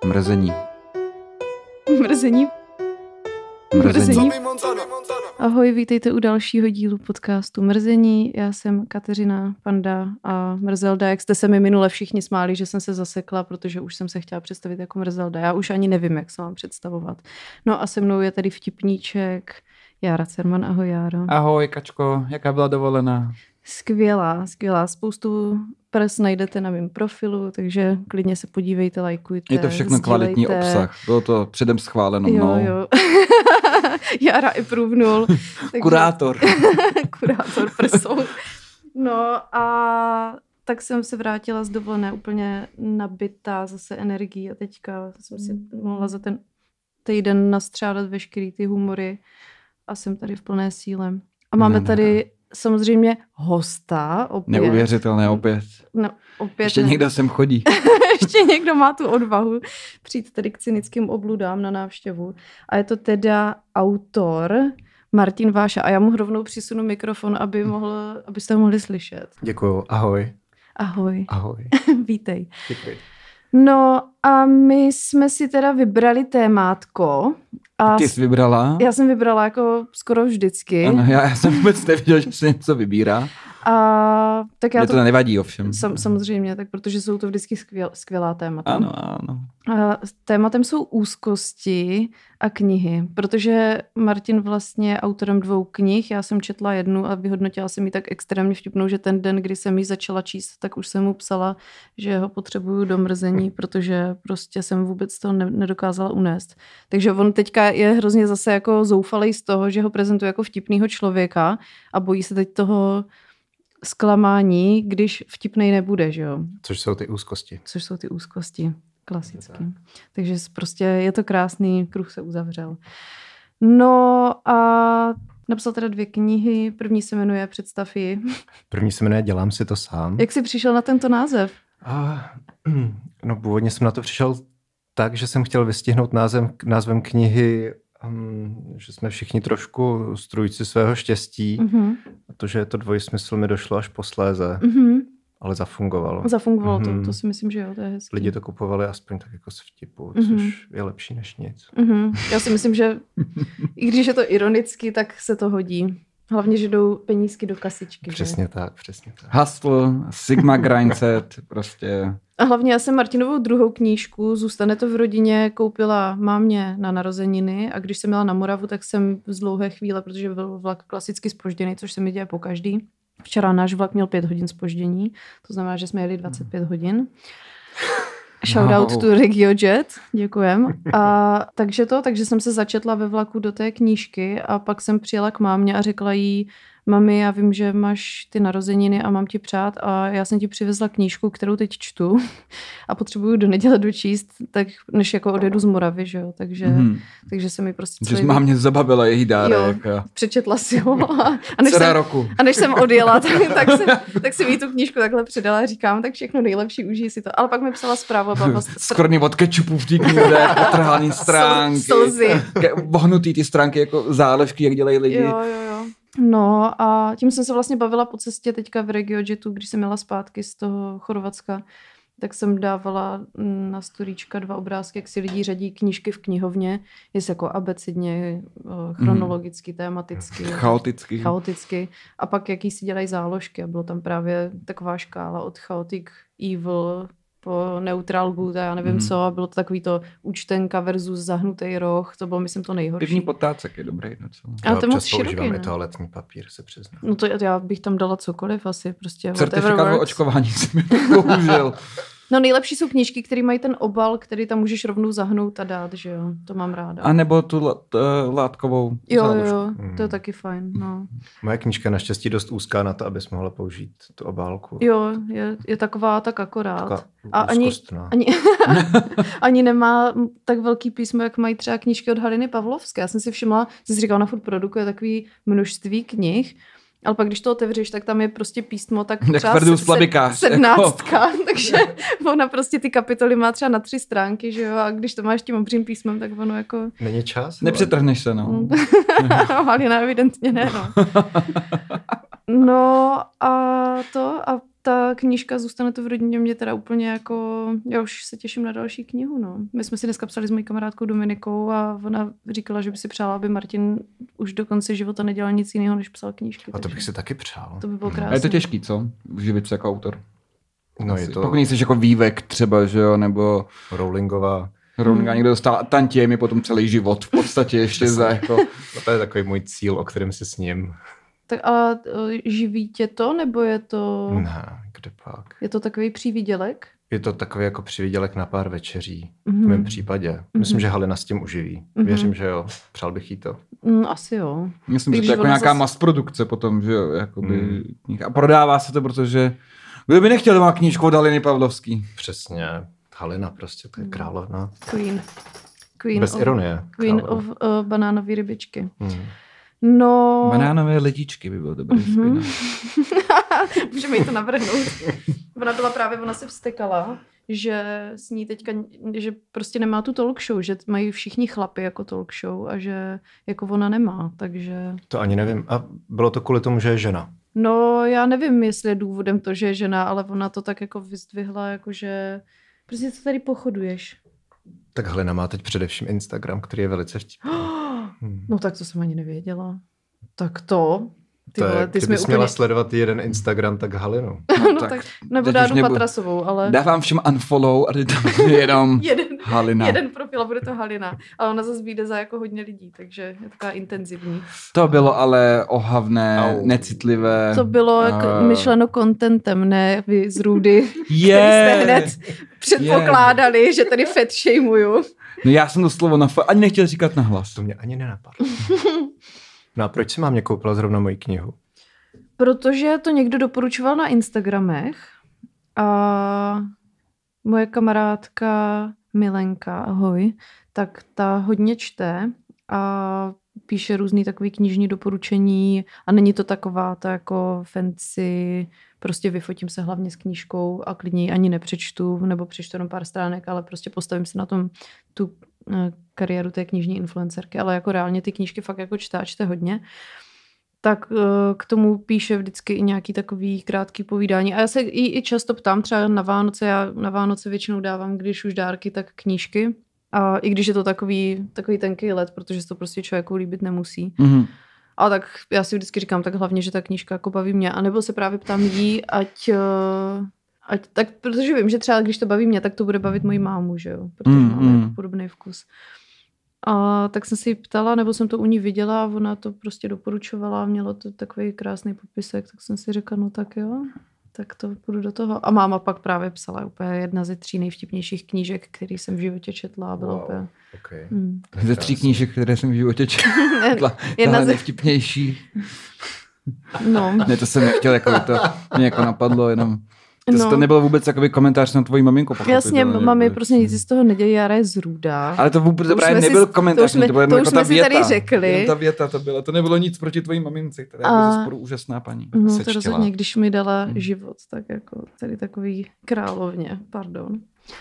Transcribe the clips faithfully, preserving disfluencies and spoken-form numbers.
Mrzení. Mrzení. Mrzení. Ahoj, vítejte u dalšího dílu podcastu Mrzení. Já jsem Kateřina Panda a Mrzelda. Jak jste se mi minule všichni smáli, že jsem se zasekla, protože už jsem se chtěla představit jako Mrzelda. Já už ani nevím, jak se mám představovat. No a se mnou je tady vtipníček Jára Cerman. Ahoj, Járo. Ahoj, Kačko. Jaká byla dovolená? Skvělá, skvělá. Spoustu pres najdete na mém profilu, takže klidně se podívejte, lajkujte. Je to všechno sdílejte. Kvalitní obsah. Bylo to předem schváleno mnou. Jo, jo. Jára i průvnul. Takže... Kurátor. Kurátor prsou. No a tak jsem se vrátila z dovolené úplně nabitá zase energií a teďka jsem si mohla za ten týden nastřádat veškerý ty humory a jsem tady v plné síle. A máme ne, ne, tady ne. samozřejmě hosta opět. Neuvěřitelné opět. No, opět Ještě ne. někdo sem chodí. Ještě někdo má tu odvahu přijít tady k cynickým obludám na návštěvu. A je to teda autor Martin Váša. A já mu rovnou přisunu mikrofon, aby mohl, abyste ho mohli slyšet. Děkuju. Ahoj. Ahoj. Ahoj. Vítej. Děkuji. No a my jsme si teda vybrali témátko. A Ty jsi vybrala? Já jsem vybrala jako skoro vždycky. Ano, já, já jsem vůbec neviděl, že se něco vybírá. A tak já Mě to, to nevadí ovšem. Sam, samozřejmě, tak protože jsou to vždycky skvěl, skvělá témata. Ano, ano. A tématem jsou úzkosti a knihy, protože Martin vlastně je autorem dvou knih, já jsem četla jednu a vyhodnotila jsem ji tak extrémně vtipnou, že ten den, kdy jsem ji začala číst, tak už jsem mu psala, že ho potřebuju do mrzení, protože prostě jsem vůbec to ne- nedokázala unést. Takže on teďka je hrozně zase jako zoufalej z toho, že ho prezentuje jako vtipnýho člověka a bojí se teď toho zklamání, když vtipnej nebude, že jo? Což jsou ty úzkosti. Což jsou ty úzkosti, klasicky. Takže prostě je to krásný, kruh se uzavřel. No a napsal teda dvě knihy, první se jmenuje Představ ji. První se jmenuje Dělám si to sám. Jak jsi přišel na tento název? A, no původně jsem na to přišel tak, že jsem chtěl vystihnout názvem, názvem knihy, um, že jsme všichni trošku strůjci svého štěstí. Mm-hmm. A to, že je to dvojsmysl, mi došlo až posléze. Mm-hmm. Ale zafungovalo. Zafungovalo mm-hmm. to, to si myslím, že jo, to je hezký. Lidi to kupovali aspoň tak jako z vtipu, což mm-hmm. je lepší než nic. Mm-hmm. Já si myslím, že i když je to ironicky, tak se to hodí. Hlavně, že jdou penízky do kasičky. Přesně že? tak, přesně tak. Hustle, Sigma Grindset, prostě. A hlavně já jsem Martinovou druhou knížku Zůstane to v rodině koupila mámě na narozeniny a když jsem měla na Moravu, tak jsem z dlouhé chvíle, protože byl vlak klasicky zpožděný, což se mi děje pokaždý. Včera náš vlak měl pět hodin zpoždění, to znamená, že jsme jeli dvacet pět hodin. Shoutout no. to RegioJet, děkujem. A takže to, takže jsem se začetla ve vlaku do té knížky a pak jsem přijela k mámě a řekla jí, mami, já vím, že máš ty narozeniny a mám ti přát a já jsem ti přivezla knížku, kterou teď čtu a potřebuju do neděle dočíst, tak než jako odjedu z Moravy, že jo, takže, mm. takže se mi prostě celý... Že jsi mámě zabavila její dárek. Jo, přečetla si ho a, a, než jsem, roku. a než jsem odjela, tak, tak, jsem, tak jsem jí tu knížku takhle předala a říkám, tak všechno nejlepší, užij si to. Ale pak mi psala zprávu. Vlastně... Skorný od kečupu v té knize, otrhaný stránky. Slzy. Vohnutý ty stránky jako zálevky, jak dělají lidi. Jo, jo, jo. No a tím jsem se vlastně bavila po cestě teďka v RegioJetu, když jsem jela zpátky z toho Chorvatska, tak jsem dávala na storíčka dva obrázky, jak si lidi řadí knížky v knihovně, jestli jako abecedně, chronologicky, tematicky. Chaoticky. Chaoticky. A pak jaký si dělají záložky a bylo tam právě taková škála od chaotic, evil, po neutral good a já nevím mm. co. A bylo to takový to účtenka versus zahnutý roh. To bylo, myslím, to nejhorší. Pivní potácek je dobrý docela. A to je moc široký, používám ne? i toaletní papír, se přiznám. No to já bych tam dala cokoliv asi. Prostě certifikát o očkování jsem použil. No nejlepší jsou knížky, které mají ten obal, který tam můžeš rovnou zahnout a dát, že jo. To mám ráda. A nebo tu l- t- látkovou Jo, záložku. jo, to je taky fajn, no. Moje knížka je naštěstí dost úzká na to, abys mohla použít tu obálku. Jo, je, je taková tak akorát. Taková a ani, ani, ani nemá tak velký písmo, jak mají třeba knížky od Haliny Pavlovské. Já jsem si všimla, že jsi říkala, na furt produkuje takový množství knih, ale pak, když to otevřeš, tak tam je prostě písmo tak třeba se, sednáctka, takže ona prostě ty kapitoly má třeba na tři stránky, že jo, a když to máš tím obřím písmem, tak ono jako... Není čas? Nepřetrhneš se, no. Halina evidentně ne, no. No a to a ta knížka Zůstane to v rodině mě teda úplně jako, já už se těším na další knihu, no. My jsme si dneska psali s mojí kamarádkou Dominikou a ona říkala, že by si přála, aby Martin už do konce života nedělal nic jiného, než psal knížky. A to bych si taky přál. To by bylo krásné. A je to těžký, co? Živit se jako autor. No je to... Pokud nejsi jako Vývek třeba, že jo, nebo... Rowlingová. Rowlinga někdo dostal tantiemy potom celý život v podstatě ještě za jako... No to je takový můj cíl, o kterém se sním. Tak a živí tě to, nebo je to... Ne, kde pak. Je to takový přívidělek? Je to takový jako přivydělek na pár večeří. Mm-hmm. V mém případě. Mm-hmm. Myslím, že Halina s tím uživí. Mm-hmm. Věřím, že jo. Přál bych jí to. Mm, asi jo. Myslím, že to je jako nějaká zas... mass-produkce potom, že jo. Jakoby... Mm. A prodává se to, protože... Kdo by nechtěl doma knížku od Haliny Pavlovský? Přesně. Halina prostě, to je královna. Queen. Queen Bez of, ironie. Queen královna. of uh, banánové rybičky. Mm. No... Banánové lidičky by bylo dobrý mm-hmm. Můžeme jí to navrhnout. Ona byla právě, ona se vztekala, že s ní teďka, že prostě nemá tu talk show, že mají všichni chlapy jako talk show a že jako ona nemá, takže... To ani nevím. A bylo to kvůli tomu, že je žena? No, já nevím, jestli je důvodem to, že je žena, ale ona to tak jako vyzdvihla, jakože prostě co tady pochoduješ. Tak Halina má teď především Instagram, který je velice vtipný. Hmm. No tak to jsem ani nevěděla. Tak to... Ty to vole, je, ty kdybys úplně... měla sledovat jeden Instagram, tak Halinu. No, no tak, tak nebo Dánu nebu... Patrasovou, ale... Dávám všem unfollow a tam jenom jeden, Halina. Jeden profil a bude to Halina. Ale ona zase vyjde za jako hodně lidí, takže je taková intenzivní. To bylo ale ohavné, Au. necitlivé. To bylo jako uh... myšleno contentem, ne vy z Rudy, yeah. který jste hned předpokládali, yeah. že tady fat shameuju. No já jsem to slovo na ani nechtěl říkat nahlas. To mě ani nenapadlo. No a proč si mám mě koupila zrovna moji knihu? Protože to někdo doporučoval na Instagramech a moje kamarádka Milenka, ahoj, tak ta hodně čte a píše různý takový knižní doporučení a není to taková ta jako fancy, prostě vyfotím se hlavně s knížkou a klidně ji ani nepřečtu, nebo přečtu jenom pár stránek, ale prostě postavím si na tom tu kariéru té knižní influencerky, ale jako reálně ty knížky fakt jako čte a čte hodně. Tak k tomu píše vždycky i nějaký takový krátký povídání. A já se i, i často ptám, třeba na Vánoce, já na Vánoce většinou dávám, když už dárky, tak knížky. A i když je to takový, takový tenký let, protože se to prostě člověku líbit nemusí. Mm-hmm. A tak já si vždycky říkám, tak hlavně, že ta knížka jako baví mě. A nebo se právě ptám jí, ať... ať tak, protože vím, že třeba když to baví mě, tak to bude bavit moji mámu, že jo? Protože mm, máme jako podobný vkus. A tak jsem si ji ptala, nebo jsem to u ní viděla a ona to prostě doporučovala a mělo to takový krásný popisek, tak jsem si řekla, no tak jo, tak to půjdu do toho. A máma pak právě psala úplně jedna ze tří nejvtipnějších knížek, který jsem v životě četla a byla wow, úplně... Okay. Hmm. Ze tří knížek, které jsem v životě četla, jedna ze nejvtipnější. No. Ne, to jsem nechtěl, jako to mě jako napadlo, jenom... To, no. to nebylo vůbec takový komentář na tvoji maminku. Jasně, mami, prostě nic z toho nedělí, Jara je zrůda. Ale to vůbec to právě nebyl si, komentář, to, jsme, to byla to jako ta věta. Tady řekli. Jen ta věta to byla, to nebylo nic proti tvojí mamince, která je ze sporu úžasná paní. No Sečtila. To rozhodně, když mi dala hmm. život, tak jako tady takový královně, pardon.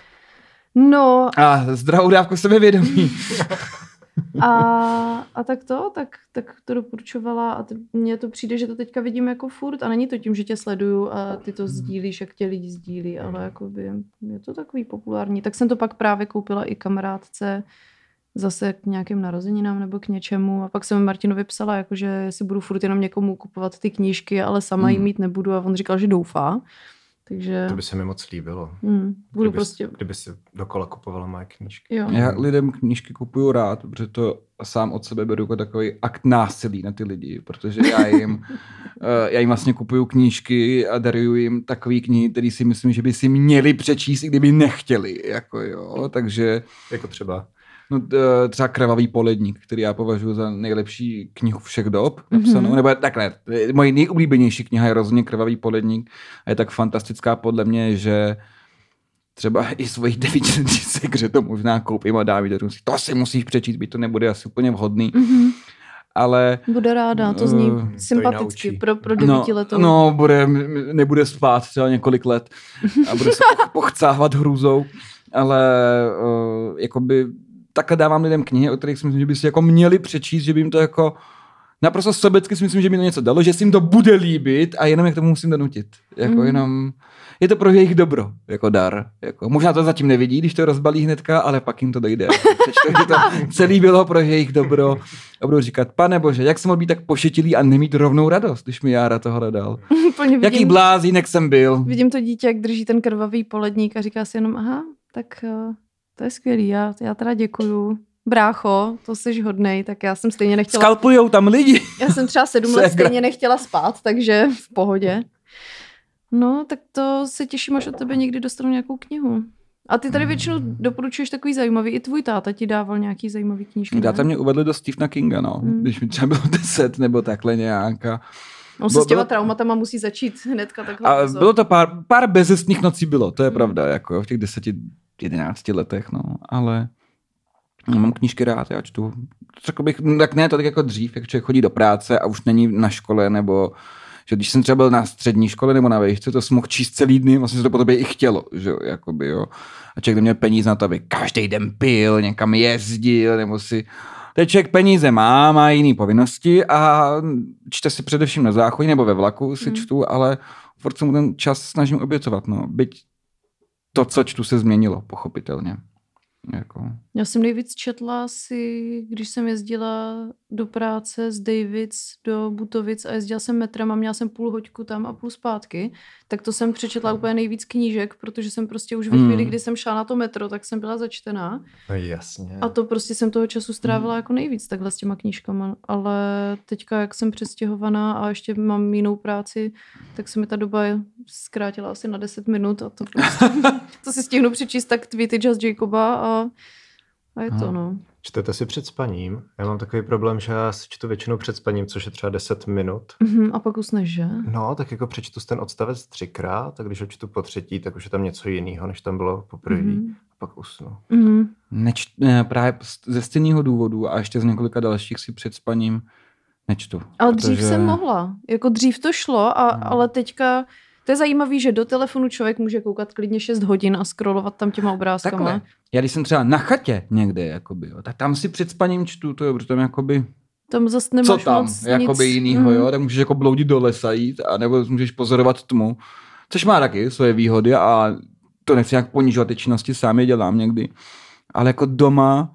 No. A zdravou dávku sebevědomí. A, a tak to, tak, tak to doporučovala a mně to přijde, že to teďka vidím jako furt a není to tím, že tě sleduju a ty to sdílíš, jak tě lidi sdílí, ale jakoby je to takový populární. Tak jsem to pak právě koupila i kamarádce zase k nějakým narozeninám nebo k něčemu a pak jsem Martinovi psala, jakože si budu furt jenom někomu kupovat ty knížky, ale sama jí mít nebudu a on říkal, že doufá. Takže... To by se mi moc líbilo. Hmm, budu kdyby, prostě... kdyby si dokola kupovala moje knížky. Jo. Já lidem knížky kupuju rád, protože to sám od sebe beru jako takový akt násilí na ty lidi, protože já jim, já jim vlastně kupuju knížky a daruju jim takový knihy, který si myslím, že by si měli přečíst, i kdyby nechtěli. Jako jo, takže... Jako třeba... No, třeba Krvavý poledník, který já považuji za nejlepší knihu všech dob napsanou. Mm-hmm. Nebo takhle, moje nejoblíbenější kniha je rozhodně Krvavý poledník a je tak fantastická podle mě, že třeba i svojí devítiletý sekře to možná koupím a dám jí, to si musíš přečíst, byť to nebude asi úplně vhodný. Mm-hmm. Ale... Bude ráda, to zní uh, sympaticky to pro, pro devítiletou. No, no bude, nebude spát třeba několik let a bude se pochcávat hrůzou, ale uh, jakoby takhle dávám lidem knihy, o kterých si myslím, že by si jako měli přečíst, že by jim to jako naprosto sobecky si myslím, že mi to něco dalo, že si jim to bude líbit a jenom jak to musím donutit. Jako mm. jenom, je to pro jejich dobro, jako dar. Jako, možná to zatím nevidí, když to rozbalí hnedka, ale pak jim to dojde. Přečto, že to celý bylo pro jejich dobro. A budu říkat, pane bože, jak jsem mohl být tak pošetilý a nemít rovnou radost, když mi Jára tohle dal. Jaký blázínek jsem byl. Vidím to dítě, jak drží ten krvavý poledník a říká si jenom, aha, tak uh, to je skvělý, já, já teda děkuju. Brácho, to jsi hodnej, tak já jsem stejně nechtěla... Skalpujou tam lidi. Já jsem třeba sedm let stejně nechtěla spát, takže v pohodě. No, tak to se těším, až od tebe někdy dostanu nějakou knihu. A ty tady většinou doporučuješ takový zajímavý, i tvůj táta ti dával nějaký zajímavý knížky, Táta mě uvedl do Stephena Kinga, no. Hmm. Když mi třeba bylo deset nebo takhle nějaká. On se s těma traumatama musí začít hnedka takhle. A pozor. Bylo to pár, pár bezestných nocí bylo, to je hmm. pravda, jako v těch deseti, jedenácti letech, no, ale... Mám knížky rád, já čtu. Řekl bych, tak ne, to tak jako dřív, jak člověk chodí do práce a už není na škole, nebo že když jsem třeba byl na střední škole nebo na výšce, to jsem mohl číst celý dny, vlastně se to po tobě i chtělo, že jo, jakoby, jo. A člověk neměl peníze na to, aby každý den pil, někam jezdil, nebo si... Teď člověk peníze má, má jiný povinnosti a čte si především na záchodě nebo ve vlaku si mm. čtu, ale furt se mu ten čas snažím obětovat, no. Byť to, co čtu, se změnilo, pochopitelně. Jako. Já jsem nejvíc četla si, když jsem jezdila do práce z Davids do Butovic a jezdila jsem metrem a měla jsem půl hoďku tam a půl zpátky, tak to jsem přečetla úplně nejvíc knížek, protože jsem prostě už ve chvíli, kdy jsem šla na to metro, tak jsem byla začtená. No jasně. A to prostě jsem toho času strávila mm. jako nejvíc takhle s těma knížkama, ale teďka, jak jsem přestěhovaná a ještě mám jinou práci, tak se mi ta doba zkrátila asi na deset minut a to prostě, to si stihnu přečíst tak tweety Just Jacoba a A je to, no. Čtete si před spaním? Já mám takový problém, že já si čtu většinou před spaním, což je třeba deset minut. Mm-hmm, a pak usneš, že? No, tak jako přečtu ten odstavec třikrát, tak když ho čtu po třetí, tak už je tam něco jiného, než tam bylo poprvé. Mm-hmm. A pak usnu. Mm-hmm. Neč, ne, právě ze stejného důvodu a ještě z několika dalších si před spaním nečtu. Ale protože... dřív jsem mohla. Jako dřív to šlo, a, mm. ale teďka... To je zajímavý, že do telefonu člověk může koukat klidně šest hodin a scrollovat tam těma obrázkama. Takhle. Já když jsem třeba na chatě někde, jakoby, jo, tak tam si před spaním čtu, to je, protože tam jakoby... Tam zase nemáš co tam, moc jakoby nic. jinýho, mm. jo, tak můžeš jako bloudit do lesa jít, a nebo můžeš pozorovat tmu, což má taky svoje výhody a to nechci nějak ponižovat ty činnosti, sám je dělám někdy. Ale jako doma,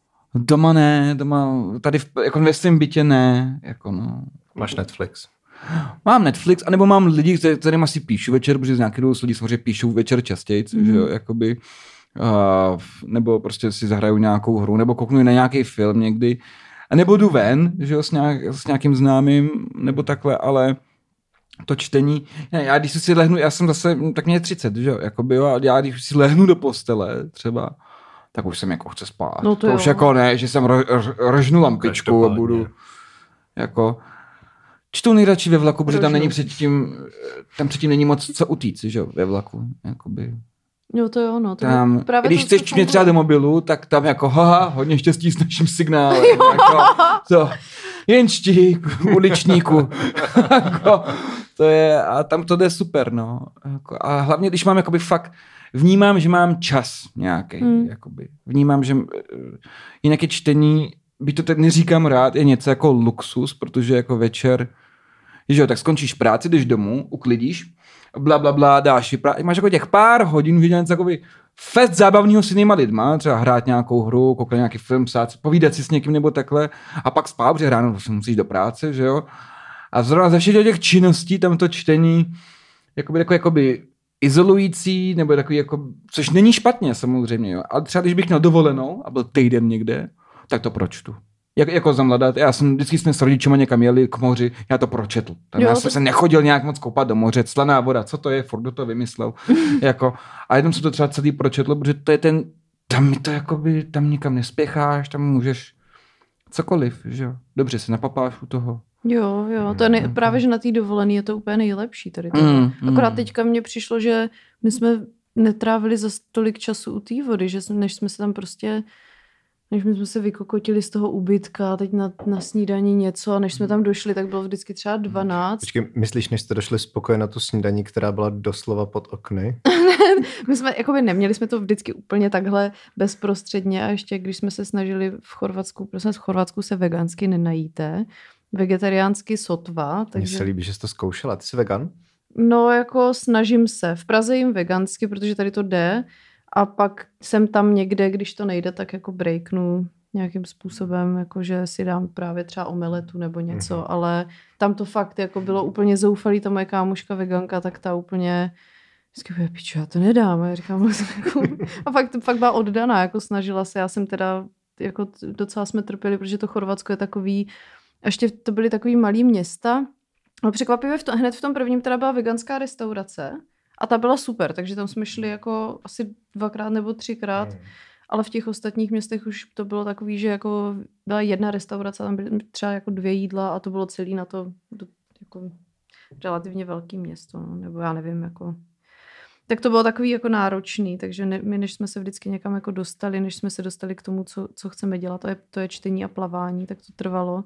doma ne, doma, tady v, jako ve svém bytě ne, jako no. Máš Netflix. Mám Netflix, anebo mám lidi, kterým asi píšu večer, protože z nějakého lidí samozřejmě píšou večer častěji, mm. že jo, jakoby, uh, nebo prostě si zahraju nějakou hru, nebo kouknu na nějaký film někdy, a nebo jdu ven, že jo, s, nějak, s nějakým známým, nebo takhle, ale to čtení, já když si lehnu, já jsem zase, tak mě je třicet, že jo, jakoby, jo, a já když si lehnu do postele třeba, tak už jsem jako chce spát. No to to už jako ne, že jsem ro, ro, rožnu lampičku a budu, jako... Čtu nejradši ve vlaku, protože tam není předtím, tam předtím není moc co utíct, že jo, ve vlaku, jakoby. Jo, to jo, no. To tam, právě když to, chceš mě třeba do mobilu, tak tam jako, haha, hodně štěstí s naším signálem, jako, to, jen štík, uličníku, jako, to je, a tam to jde super, no, jako, a hlavně, když mám, jakoby fakt, vnímám, že mám čas nějaký, hmm. jakoby, vnímám, že jinak je čtení, byť to teď neříkám rád, je něco jako luxus, protože jako večer, že jo, tak skončíš práci, jdeš domů, uklidíš, bla, bla, bla, dáš vyprát, máš jako těch pár hodin, vidět něco takový fest zábavního s jinýma lidma, třeba hrát nějakou hru, koukat nějaký film, psát, povídat si s někým nebo takhle, a pak spát, protože ráno si musíš do práce, že jo. A zrovna ze všech těch činností tam to čtení, jakoby takový, jakoby izolující, nebo takový, jako, což není špatně samozřejmě, jo. Ale třeba když bych měl dovolenou a byl týden někde, tak to pročtu. Jak, jako za mladá, já jsem vždycky jsme s rodičima někam jeli k moři, já to pročetl. Tam jo, já jsem to... se nechodil nějak moc koupat do moře, slaná voda, co to je, furt do toho vymyslel. jako, a jenom jsem to třeba celý pročetl, protože to je ten, tam mi to jakoby, tam nikam nespěcháš, tam můžeš cokoliv, že jo. Dobře se napapáš u toho. Jo, jo, to je nej, právě, že na té dovolený je to úplně nejlepší tady to. Mm, Akorát mm. teďka mně přišlo, že my jsme netrávili za tolik času u té vody, že než jsme se tam prostě než my jsme se vykokotili z toho ubytka, teď na, na snídaní něco, a než jsme tam došli, tak bylo vždycky třeba dvanáct. Počkej, myslíš, než jste došli spokoje na tu snídaní, která byla doslova pod okny? My jsme, jakoby neměli jsme to vždycky úplně takhle bezprostředně, a ještě když jsme se snažili v Chorvatsku, protože v Chorvatsku se vegansky nenajíte, vegetariánsky sotva. Takže... Mně se líbí, že jsi to zkoušela. Ty jsi vegan? No, jako snažím se. V Praze jim vegansky, protože tady to jde. A pak jsem tam někde, když to nejde, tak jako breaknu nějakým způsobem, jakože si dám právě třeba omeletu nebo něco, mm-hmm. ale tam to fakt jako bylo úplně zoufalý, ta moje kámoška veganka, tak ta úplně vždycky bude, pičo, já to nedám. A já říkám, jako, a fakt, fakt byla oddaná, jako snažila se, já jsem teda, jako docela jsme trpěli, protože to Chorvatsko je takový, ještě to byly takový malý města, ale překvapivě v to, hned v tom prvním teda byla veganská restaurace a ta byla super, takže tam jsme šli jako asi dvakrát nebo třikrát, mm. ale v těch ostatních městech už to bylo takový, že jako byla jedna restaurace, tam byly třeba jako dvě jídla a to bylo celý na to jako relativně velký město, no, nebo já nevím, jako tak to bylo takový jako náročný, takže ne, my než jsme se vždycky někam jako dostali, než jsme se dostali k tomu, co, co chceme dělat, to je, to je čtení a plavání, tak to trvalo.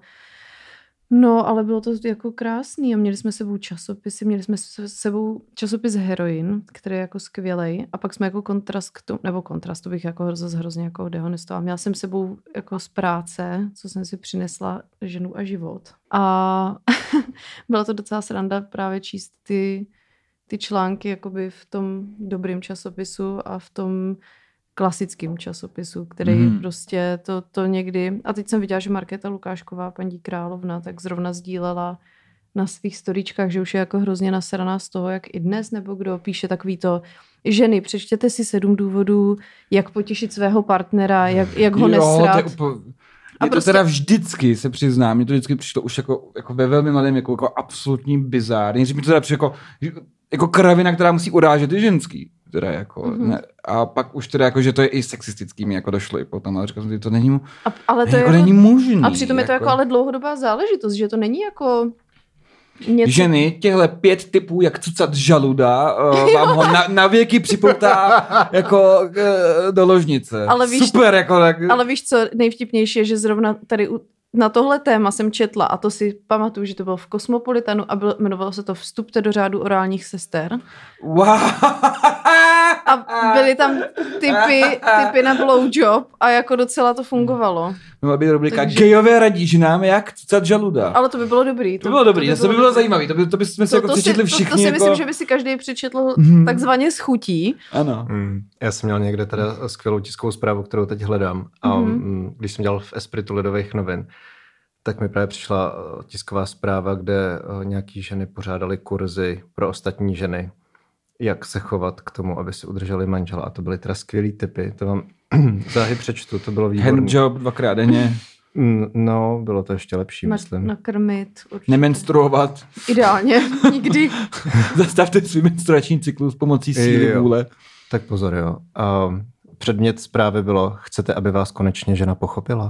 No, ale bylo to jako krásný a měli jsme sebou časopisy, měli jsme sebou časopis Heroin, který je jako skvělej a pak jsme jako kontrast k tomu, nebo kontrast, to bych jako zase hrozně jako dehonestovala. Měla jsem sebou jako z práce, co jsem si přinesla, Ženu a život. A byla to docela sranda právě číst ty, ty články jakoby v tom dobrým časopisu a v tom klasickým časopisu, který mm. prostě to, to někdy... A teď jsem viděla, že Markéta Lukášková, paní Královna, tak zrovna sdílela na svých storíčkách, že už je jako hrozně nasraná z toho, jak i dnes, nebo kdo píše takový to, ženy, přečtěte si sedm důvodů, jak potěšit svého partnera, jak, jak ho nesrat. Jo, to je úplně... Je prostě... to teda vždycky, se přiznám, mě to vždycky přišlo už jako, jako ve velmi malém jako, jako absolutní bizár. Nejdřív mi to teda přišlo jako, jako kravina, která musí urážet i ženský. Teda jako, mm-hmm. ne, a pak už teda jako, že to je i sexistický, mi jako došlo i potom, ale říkal jsem, že to není, a, ale to jako, jako, není možný. A přitom je to jako ale dlouhodobá záležitost, že to není jako... Něco... Ženy, těhle pět typů, jak cucat žaluda, uh, vám ho na, na věky připoutá jako uh, do ložnice. Ale víš, super, jako tak. Ale víš co, nejvtipnější je, že zrovna tady u, na tohle téma jsem četla a to si pamatuju, že to bylo v Kosmopolitanu a bylo, jmenovalo se to Vstupte do řádu orálních sester. Wow. A byly tam typy, typy na blowjob a jako docela to fungovalo. Měla by rubrika Takže... Gejové radí ženám, jak cucat žaluda. Ale to by bylo dobrý. To, to bylo dobrý, to by, to by bylo zajímavý, to by, to by jsme si jako přečetli všichni. To, to si jako... myslím, že by si každý přečetl hmm. takzvaně s chutí. Ano. Hmm. Já jsem měl někde teda skvělou tiskovou zprávu, kterou teď hledám. A hmm. když jsem dělal v Espritu Lidových novin, tak mi právě přišla tisková zpráva, kde nějaký ženy pořádaly kurzy pro ostatní ženy, jak se chovat k tomu, aby si udrželi manžela. A to byly teda skvělý tipy. To vám záhy přečtu, to bylo výborné. Handjob dvakrát denně. No, bylo to ještě lepší, Na, myslím. Nakrmit. Určitě. Nemenstruovat. Ideálně, nikdy. Zastavte svůj menstruační cyklus pomocí síly vůle. Tak pozor, jo. A předmět zprávy bylo, chcete, aby vás konečně žena pochopila?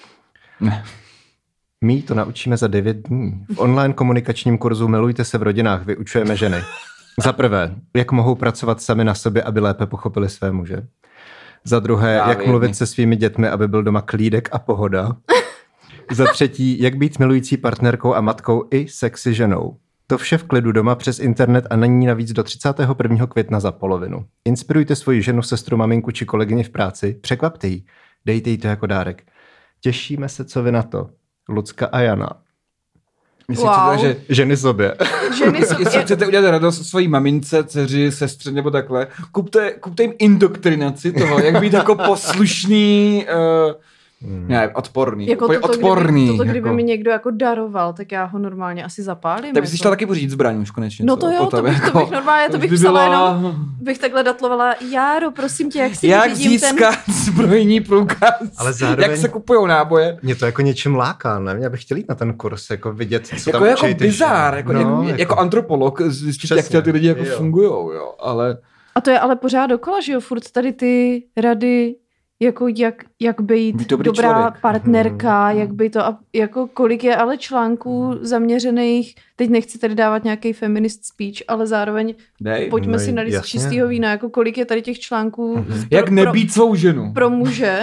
Ne. My to naučíme za devět dní. V online komunikačním kurzu Milujte se v rodinách vyučujeme ženy. Za prvé, jak mohou pracovat sami na sobě, aby lépe pochopili své muže. Za druhé, Já jak vědný. mluvit se svými dětmi, aby byl doma klídek a pohoda. Za třetí, jak být milující partnerkou a matkou i sexy ženou. To vše v klidu doma přes internet a není navíc do třicátého prvního května za polovinu. Inspirujte svoji ženu, sestru, maminku či kolegyni v práci, překvapte jí, dejte jí to jako dárek. Těšíme se, co vy na to. Lucka a Jana. Myslím, wow. že ženy sobě. Ženy sobě. Jestli chcete udělat radost svojí mamince, dceři, sestře nebo takhle, kupte, kupte jim indoktrinaci toho, jak být jako poslušný, uh, hmm. ne, odporný. Jako toto, odporný. Kdyby, toto, kdyby jako... mi někdo jako daroval, tak já ho normálně asi zapálím. Tak bys si šla taky pořídit zbraň už konečně. No to jo, potom, to bych, jako, to bych normálně, to bych by psala bylo... jenom, bych takhle datlovala, Járo, prosím tě, jak si jak vyřídím získat ten... zbrojní průkaz, ale zároveň... jak se kupujou náboje. Mě to jako něčím láká, ne? Já bych chtěl jít na ten kurz, jako vidět, co jako tam jako učí ty bizár, jako, no, jako, jako antropolog, zjistit, jak ty lidi jako fungujou, jo, ale... A to je ale pořád dokola, že jo, furt tady ty rady... jako jak, jak být dobrá člověk. Partnerka, hmm. jak být to a jako kolik je ale článků zaměřených, teď nechci tady dávat nějaký feminist speech, ale zároveň Dej, pojďme nej, si nalít z čistého vína, jako kolik je tady těch článků. Hmm. Pro, jak nebýt pro, svou ženu. Pro muže.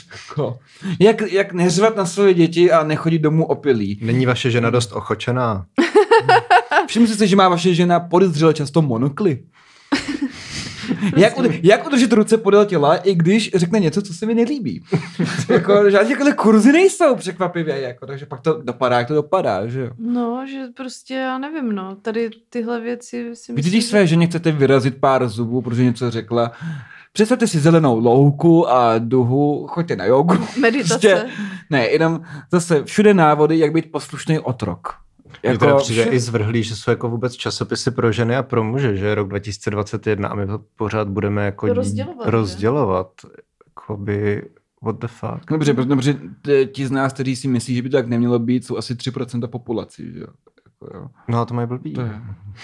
jak, jak neřvat na své děti a nechodit domů opilý. Není vaše žena dost ochočená? Všimli jste si, že má vaše žena podezřele často monokly? jak, jak udržet ruce podél těla, i když řekne něco, co se mi nelíbí. Jako, žádné takové kurzy nejsou překvapivě, jako, takže pak to dopadá, jak to dopadá, že jo. No, že prostě já nevím, no, tady tyhle věci si myslím... Vy když své ženě chcete vyrazit pár zubů, protože něco řekla, představte si zelenou louku a duhu, choďte na jogu. Meditace. Prostě, ne, jenom zase všude návody, jak být poslušný otrok. Jako, teda přijde vše... i zvrhlý, že jsou jako vůbec časopisy pro ženy a pro muže, že je rok dva tisíce dvacet jedna a my to pořád budeme jako rozdělovat. rozdělovat. Jakoby, what the fuck. Dobře, protože ti z nás, kteří si myslí, že by to tak nemělo být, jsou asi tři procenta populace, že jo. Jako, jo. No a to mají blbý. To je...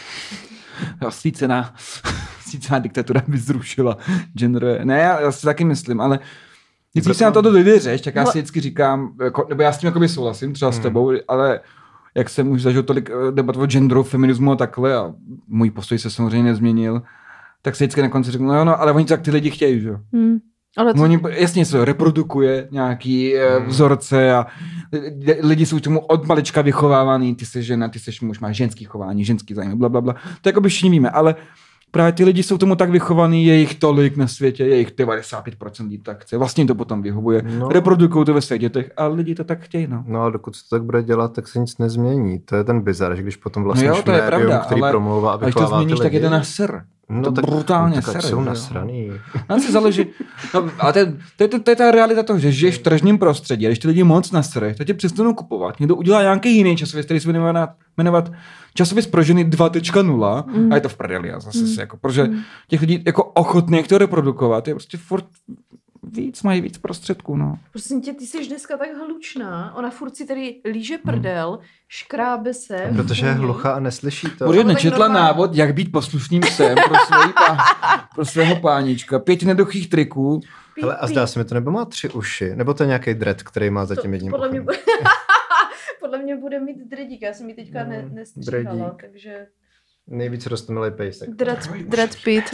Svícená, svícená diktatura by zrušila genderové. Ne, já, já si taky myslím, ale když se na toto dojde řeč, tak já si vždycky říkám, jako, nebo já s tím jakoby souhlasím, třeba s tebou, hmm. ale jak jsem už zažil tolik debat o genderu, feminismu a takhle a můj postoj se samozřejmě nezměnil, tak si vždycky na konci řeknu, no jo, no, ale oni tak ty lidi chtějí, že jo. Hmm. Ale to... Oni, jasně se reprodukuje nějaký hmm. vzorce a lidi jsou tomu od malička vychovávaný, ty jsi žena, ty jsi muž, máš ženský chování, ženský zájem, blablabla. To jako by všichni víme, ale právě ty lidi jsou tomu tak vychovaný, je jich tolik na světě, je jich devadesát pět procent lidí tak chce. Vlastně to potom vyhovuje. No. Reprodukují to ve svých dětech a lidi to tak chtějí. No. no a dokud se to tak bude dělat, tak se nic nezmění. To je ten bizar, že když potom vlastně no jo, to je médium, pravda, který promlouvá a vychovává to změníš, ty lidi. tak je to na ser. No to tak, brutálně no, tak ser. jsou nasraný. No, si záleží. No, a to, to, to, to je ta realita toho, že žiješ v tržním prostředí a když ty lidi moc nasreš, tak tě přestanou kupovat. Někdo udělá nějaký jiný časopis, který se bude jmenovat, jmenovat časopis pro ženy dva tečka nula mm. a je to v prdeli. A zase mm. jako, protože těch lidí jako ochotných to reprodukovat je prostě furt víc, mají víc prostředků, no. Prosím tě, ty jsi dneska tak hlučná, ona furt si tady líže prdel, hmm. škrábe se. A protože je hluchá a neslyší to. Protože nečetla normálně návod, jak být poslušným psem pro, pá, pro svého pánička. Pět nedochých triků. Hele, a zdá se mi to, nebo má tři uši, nebo to je nějaký dread, který má za tím jedním podle uchem. Mě bude, podle mě bude mít dreadík, já jsem ji teďka ne, nestříhala, takže... Nejvíc rostomilej pejsek. Dread, dread pit.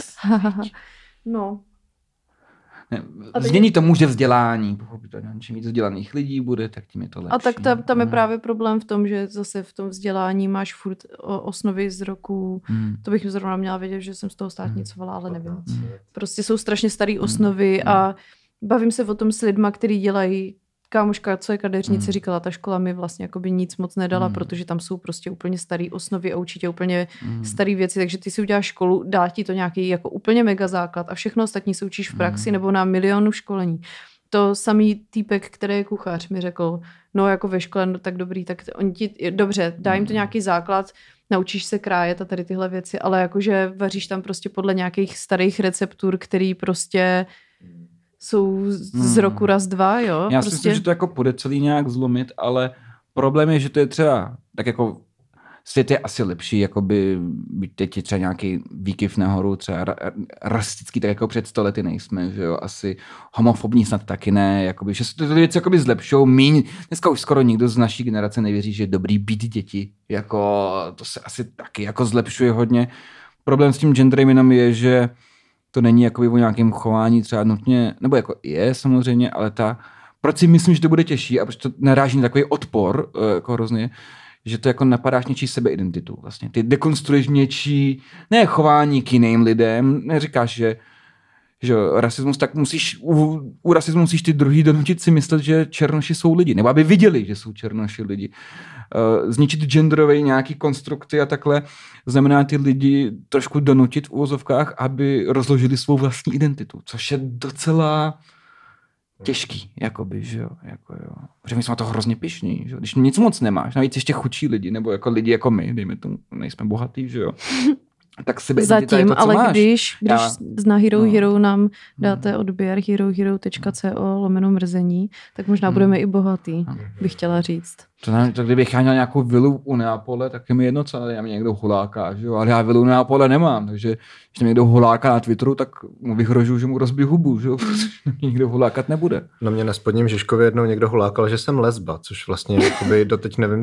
No. Ne, změní to může vzdělání. Pochopitelně, čím víc vzdělaných lidí bude, tak tím je to lepší. A tak tam, tam je právě problém v tom, že zase v tom vzdělání máš furt osnovy z roku. Hmm. To bych zrovna měla vědět, že jsem z toho státnicovala, ale nevím. Hmm. Prostě jsou strašně staré osnovy hmm. a bavím se o tom s lidma, kteří dělají. Kámoška, co je kadeřnice, hmm. říkala, ta škola mi vlastně jakoby nic moc nedala, hmm. protože tam jsou prostě úplně starý osnovy a určitě úplně hmm. staré věci, takže ty si uděláš školu, dá ti to nějaký jako úplně mega základ a všechno ostatní se učíš v praxi hmm. nebo na milionu školení. To samý týpek, který je kuchař, mi řekl, no jako ve škole, no tak dobrý, tak oni ti, dobře, dá jim to nějaký základ, naučíš se krájet a tady tyhle věci, ale jakože vaříš tam prostě podle nějakých starých receptur, který prostě jsou z roku hmm. raz, dva, jo? Já prostě... si myslím, že to jako půjde celý nějak zlomit, ale problém je, že to je třeba, tak jako svět je asi lepší, jakoby teď je třeba nějaký výkyv nahoru, třeba rasistický, tak jako před sto lety nejsme, že jo, asi homofobní snad taky ne, jakoby, že se ty věci jakoby zlepšou, míň, dneska už skoro nikdo z naší generace nevěří, že je dobrý být děti, jako to se asi taky jako zlepšuje hodně. Problém s tím genderem jenom je, že to není jakoby o nějakém chování třeba nutně, nebo jako je samozřejmě, ale ta, proč si myslím, že to bude těžší a proč to naráží na takový odpor, jako hrozně, že to jako napadáš něčí sebeidentitu vlastně. Ty dekonstruuješ něčí, ne chování k jiným lidem, neříkáš, že, že rasismus, tak musíš, u, u rasismu musíš ty druhý donutit si myslet, že černoši jsou lidi, nebo aby viděli, že jsou černoši lidi. Uh, zničit genderový nějaký konstrukty a takhle znamená ty lidi trošku donutit v uvozovkách, aby rozložili svou vlastní identitu, což je docela těžký, jakoby, že jo, jako jo. Protože my jsme to hrozně pyšní, že jo, když nic moc nemáš, navíc ještě chudší lidi, nebo jako lidi jako my, dejme tomu, nejsme bohatý, že jo. Tak zatím, to, ale máš. když, když Já, na Hero no. Hero nám dáte odběr herohero tečka co lomeno mrzení, tak možná hmm. budeme i bohatý, hmm. bych chtěla říct. To, ne, to kdybych já měl nějakou vilu u Neapole, tak je mi jedno, co já mě někdo huláká, že jo, ale já vilu u Neapole nemám, takže když mě někdo huláká na Twitteru, tak mu vyhrožuju, že mu rozbiju hubu, že jo, protože mě někdo hulákat nebude. No mě na spodním Žižkově jednou někdo hulákal, že jsem lesba, což vlastně jakoby doteď nevím...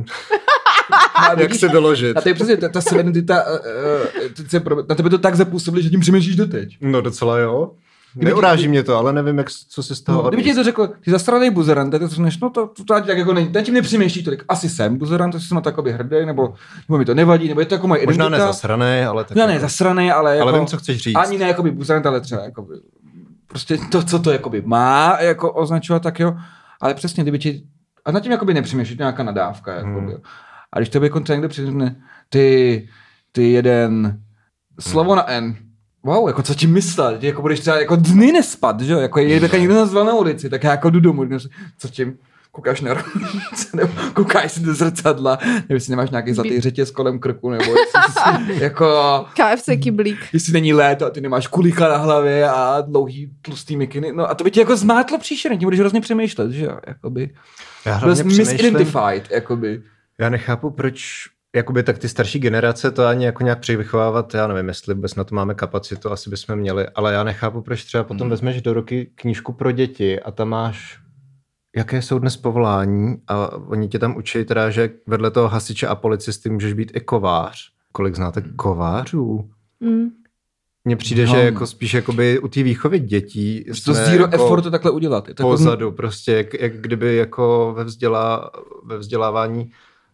A jak se vyložit. A to je přesně, ta, ta sebeidentita, uh, uh, na tebe to tak zapůsobilo, že tím přemýšlíš doteď. No docela jo. Neuráží mě to, ale nevím, jak, co se z toho no, kdyby ti to řekl, ty zasranej buzerant, tak to řekneš, no to, to, to tak jako není, teď mi nepřemýšlí tolik, asi jsem buzerant, to jsem na to jakoby hrdý, nebo, nebo mi to nevadí, nebo je to jako moje identita. Možná ne zasranej, ale tak. Možná ne zasranej, ale ale jako, vím, co chceš říct. Ani ne jakoby buzerant, ale třeba jakoby, prostě to, co to jakoby má jako označovat, tak jo, ale přesně, kdyby ti, a na tím jakoby nepřemýšlí, nějaká nadávka, jakoby, hmm. A když to by konce někdo přijde, ty, ty jeden slovo hmm. na N, wow, jako co ti myslet, jako budeš třeba jako dny nespat, že jo, jako je taková někdo nazval na ulici, tak já jako jdu domů, co tím, koukáš na rovnice, nebo koukáš si do zrcadla, nebo jestli nemáš nějaký zlatý řetěz kolem krku, nebo jestli jako... K F C kyblík. Jestli není léto a ty nemáš kulíka na hlavě a dlouhý tlustý mikiny, no a to by ti jako zmátlo příšerně, tím budeš hrozně přemýšlet, že jo, jakoby. Já hlavně přemýšlím... misidentified, jakoby. Já nechápu, proč jakoby tak ty starší generace to ani jako nějak přivychovávat, já nevím, jestli vůbec na to máme kapacitu, asi bychom měli, ale já nechápu, proč třeba potom hmm. vezmeš do ruky knížku pro děti a tam máš, jaké jsou dnes povolání a oni tě tam učí teda, že vedle toho hasiče a policisty můžeš být i kovář. Kolik znáte kovářů? Hmm. Mně přijde, no. že jako spíš jakoby u té výchovy dětí to zero jako effort to takhle udělat. Je to pozadu, jako... prostě, jak, jak kdyby jako ve, vzdělá, ve vzdělávání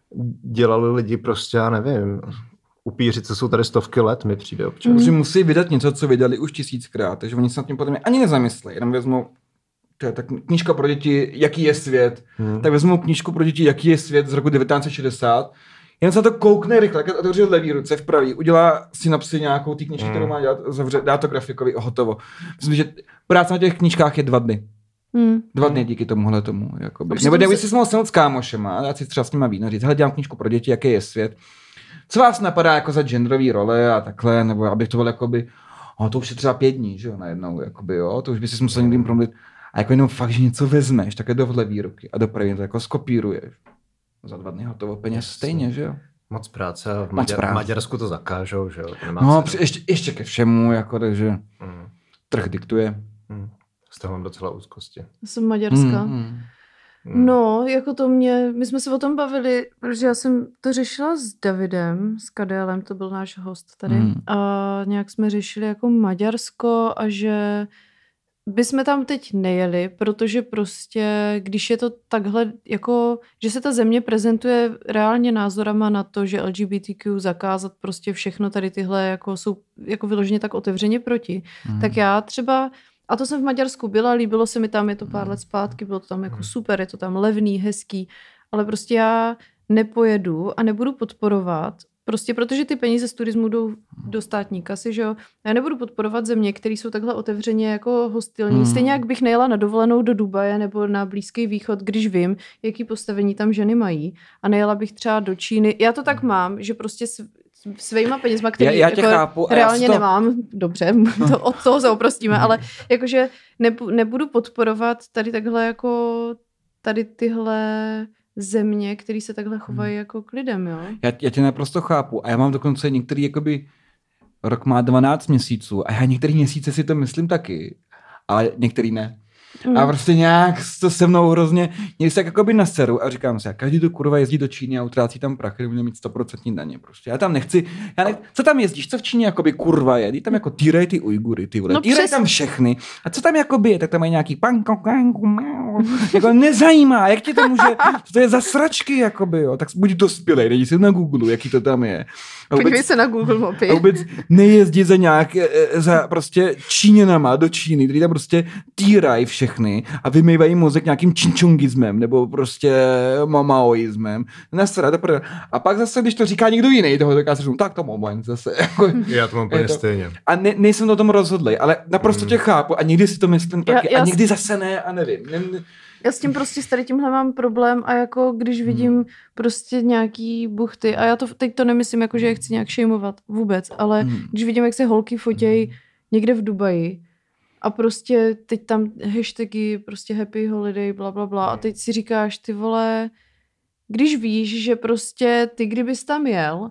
dělali lidi prostě, já nevím, upíři, co jsou tady stovky let, mi přijde občas. Mm. Musí vydat něco, co vydali už tisíckrát, takže oni se nad tím potom ani nezamyslí, jenom vezmou, to je tak knížka pro děti, jaký je svět, mm. tak vezmou knížku pro děti, jaký je svět z roku devatenáct set šedesát, jen se to koukne rychle, jak otevře levý ruce v pravý, udělá synapsy nějakou té knížky, mm. kterou má dělat, zavře, dá to grafikovi a hotovo. Myslím, že práce na těch knížkách je dva dny. Hmm. Dva dny díky tomuhle tomu. Jakoby. Nebo kdyby si mohl snout s kámošema, já si třeba s nima víno říct, hele, dělám knížku pro děti, jaký je svět. Co vás napadá jako za genderový role a takhle, nebo abych to byl jakoby, oh, to už je třeba pět dní, že jo, najednou, jakoby, jo, to už by si musel někdy promluvit. A jako jenom fakt, že něco vezmeš, tak je do levý ruky a dopravy to jako skopíruješ. Za dva dny hotovo peněz stejně, že jo. Moc práce a v, Maďar- práce. v Maďarsku to zakážou, že jo. No, při, ještě, ještě ke všemu, jako, takže mm. trh diktuje. Mm. Z toho mám docela úzkosti. Jsem Maďarska. Mm, mm. No, jako to mě, my jsme se o tom bavili, protože já jsem to řešila s Davidem, s Kadélem, to byl náš host tady, mm. a nějak jsme řešili jako Maďarsko a že bychom tam teď nejeli, protože prostě, když je to takhle, jako, že se ta země prezentuje reálně názorama na to, že L G B T Q zakázat prostě všechno tady tyhle, jako jsou jako vyloženě tak otevřeně proti, mm. tak já třeba a to jsem v Maďarsku byla, líbilo se mi tam, je to pár let zpátky, bylo to tam jako super, je to tam levný, hezký, ale prostě já nepojedu a nebudu podporovat, prostě protože ty peníze z turismu jdou do státní kasy, že jo, já nebudu podporovat země, které jsou takhle otevřeně jako hostilní, hmm. stejně jak bych nejela na dovolenou do Dubaje nebo na Blízký východ, když vím, jaký postavení tam ženy mají a nejela bych třeba do Číny, já to tak mám, že prostě svýma penězma, který já, já jako chápu, reálně to... nemám, dobře, to, od toho se oprostíme, ale jakože nebudu podporovat tady takhle jako tady tyhle země, které se takhle chovají jako k lidem, jo? Já, já tě naprosto chápu a já mám dokonce některý jakoby rok má dvanáct měsíců a já některý měsíce si to myslím taky, ale některý ne. Mm. A prostě nějak to se mnou hrozně, někdy se jakoby naseru a říkám si, každý do kurva jezdí do Číny a utrácí tam prachy, bude mít sto procent daně prostě. Já tam nechci, já nech, co tam jezdíš, co v Číně jakoby kurva je, tam jako týrej ty Ujgury, ty vole, no týrej tam všechny. A co tam jakoby je, tak tam mají nějaký panko, kanku, jako nezajímá, jak ti to může, co to je za sračky jakoby, jo, tak buď dospělej, nejdi si na Google, jaký to tam je. Podívej se na Google mapy. A vůbec nejezdí za nějak, za prostě Číňanama do Číny, který tam prostě týrají všechny a vymývají mozek nějakým činčungismem nebo prostě maoismem. Nasrat, a pak zase, když to říká někdo jiný, toho tak já si říkám, tak to moment zase. Já to mám úplně stejně. A ne, nejsem o tom rozhodlej, ale naprosto mm. tě chápu a někdy si to myslím taky já, já a někdy zase ne a nevím. Ne, ne. Já s tím prostě s tady tímhle mám problém a jako když vidím hmm. prostě nějaký buchty a já to teď to nemyslím jako, že je chci nějak šejmovat vůbec, ale hmm. když vidím, jak se holky fotějí někde v Dubaji a prostě teď tam hashtagy prostě happy holiday bla bla bla a teď si říkáš ty vole, když víš, že prostě ty kdybys tam jel,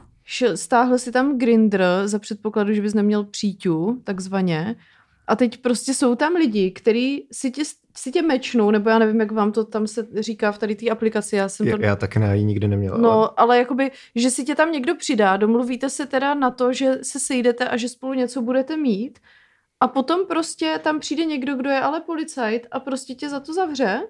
stáhl si tam Grindr za předpokladu, že bys neměl příťu, takzvaně, a teď prostě jsou tam lidi, kteří si tě, si tě mečnou, nebo já nevím, jak vám to tam se říká v tady té aplikaci. Já, jsem já, to... já taky ne, ji nikdy neměla. No, ale... ale jakoby, že si tě tam někdo přidá, domluvíte se teda na to, že se sejdete a že spolu něco budete mít A potom prostě tam přijde někdo, kdo je ale policajt a prostě tě za to zavře.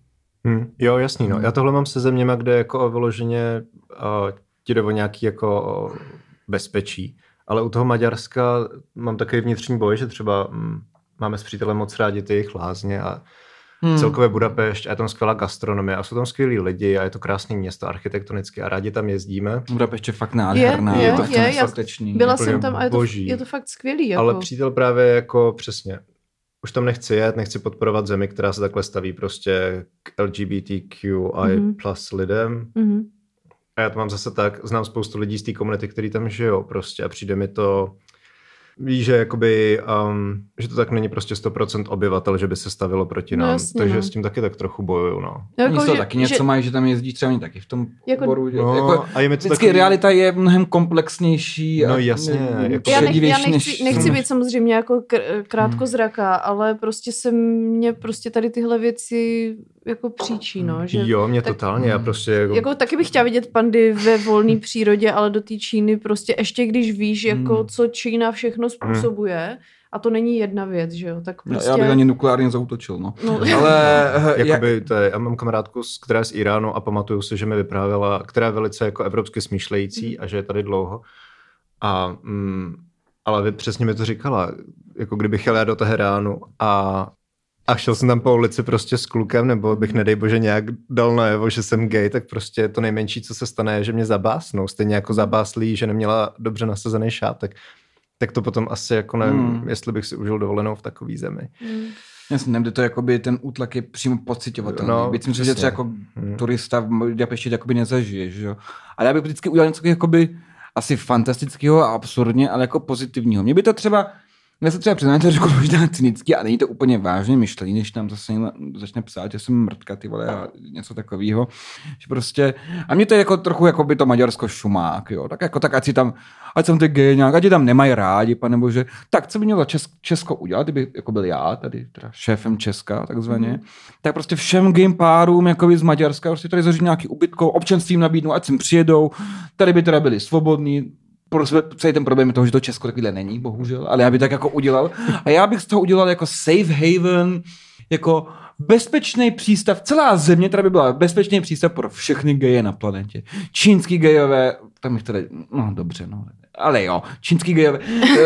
Hmm. Jo, jasný, no. Já tohle mám se zeměma, kde jako vyloženě uh, ti jde o nějaký jako uh, bezpečí. Ale u toho Maďarska mám takový vnitřní boj, že třeba um, máme s přítelem moc rádi ty jejich lázně a hmm. celkově Budapešť a je tam skvělá gastronomie a jsou tam skvělí lidi a je to krásné město architektonicky a rádi tam jezdíme. Budapešť je fakt nádherná. Je, je, je to je, fantastický. Byla jsem tam a je to, je to fakt skvělý. Jako. Ale přítel právě jako přesně, už tam nechci jet, nechci podporovat zemi, která se takhle staví prostě k L G B T Q I mm-hmm. plus lidem. Mm-hmm. A já to mám zase tak, znám spoustu lidí z té komunity, který tam žijou prostě a přijde mi to, víš, že jakoby, um, že to tak není prostě sto procent obyvatel, že by se stavilo proti nám, no jasně, takže no. S tím taky tak trochu bojuju, no. Jako, Oni to že, taky něco že... mají, že tam jezdí třeba oni taky v tom jako, boru. No, jako, a je mi to vždycky takový... realita je mnohem komplexnější. No a jasně. Jako já, nech, já nechci, než... nechci být samozřejmě jako krátkozraká, hmm. ale prostě se mě prostě tady tyhle věci jako příčí, no. Že, jo, mě tak, totálně, já prostě... Jako... jako taky bych chtěla vidět pandy ve volné přírodě, ale do té Číny prostě ještě když víš, jako hmm. co Čína všechno způsobuje, hmm. a to není jedna věc, že jo, tak prostě... Já bych ani nukleárně zaútočil, no. no. Ale... Jakoby, to je, já mám kamarádku, která je z Iránu a pamatuju si, že mi vyprávěla, která je velice jako evropsky smýšlející hmm. a že je tady dlouho. A... Mm, ale vy přesně mi to říkala, jako kdybych jel já do Teheránu a a šel jsem tam po ulici prostě s klukem, nebo bych nedej bože nějak dal najevo, že jsem gay, tak prostě to nejmenší, co se stane, je, že mě zabásnou. Stejně jako zabáslí, že neměla dobře nasazený šátek. Tak to potom asi jako nevím, hmm. jestli bych si užil dovolenou v takový zemi. Hmm. Jasně, nevím, to jakoby ten útlak je přímo pociťovatelný. No, Byť myslím, že třeba jako hmm. turista v Budapešti jakoby nezažiješ, že jo. Ale já bych vždycky udělal něco jakoby asi fantastického a absurdně, ale jako pozitivního. Mě by to třeba Já se třeba přiznám, že řekl možná cynicky a není to úplně vážně myšlení, než tam zase začne psát, že jsem mrtka, ty vole, a něco takového. Že prostě, a mě to je jako trochu jako by to Maďarsko šumák, jo. Tak jako tak, ať si tam, ať jsem ty gay nějak, ať je tam nemají rádi, panebože. Tak co by mělo Česko, Česko udělat, kdyby jako byl já, tady teda šéfem Česka, takzvaně, mm. tak prostě všem gay párům jako z Maďarska, prostě tady zařídit nějaký ubytko, občanstvím nabídnou, ať sem přijedou, tady by teda byli svobodní. Celý ten problém je toho, že to Česko takovýhle není, bohužel, ale já bych tak jako udělal. A já bych z toho udělal jako safe haven, jako bezpečný přístav, celá země, která by byla bezpečný přístav pro všechny geje na planetě. Čínský gejové, tam bych tady, no dobře, no, ale jo, čínský gejové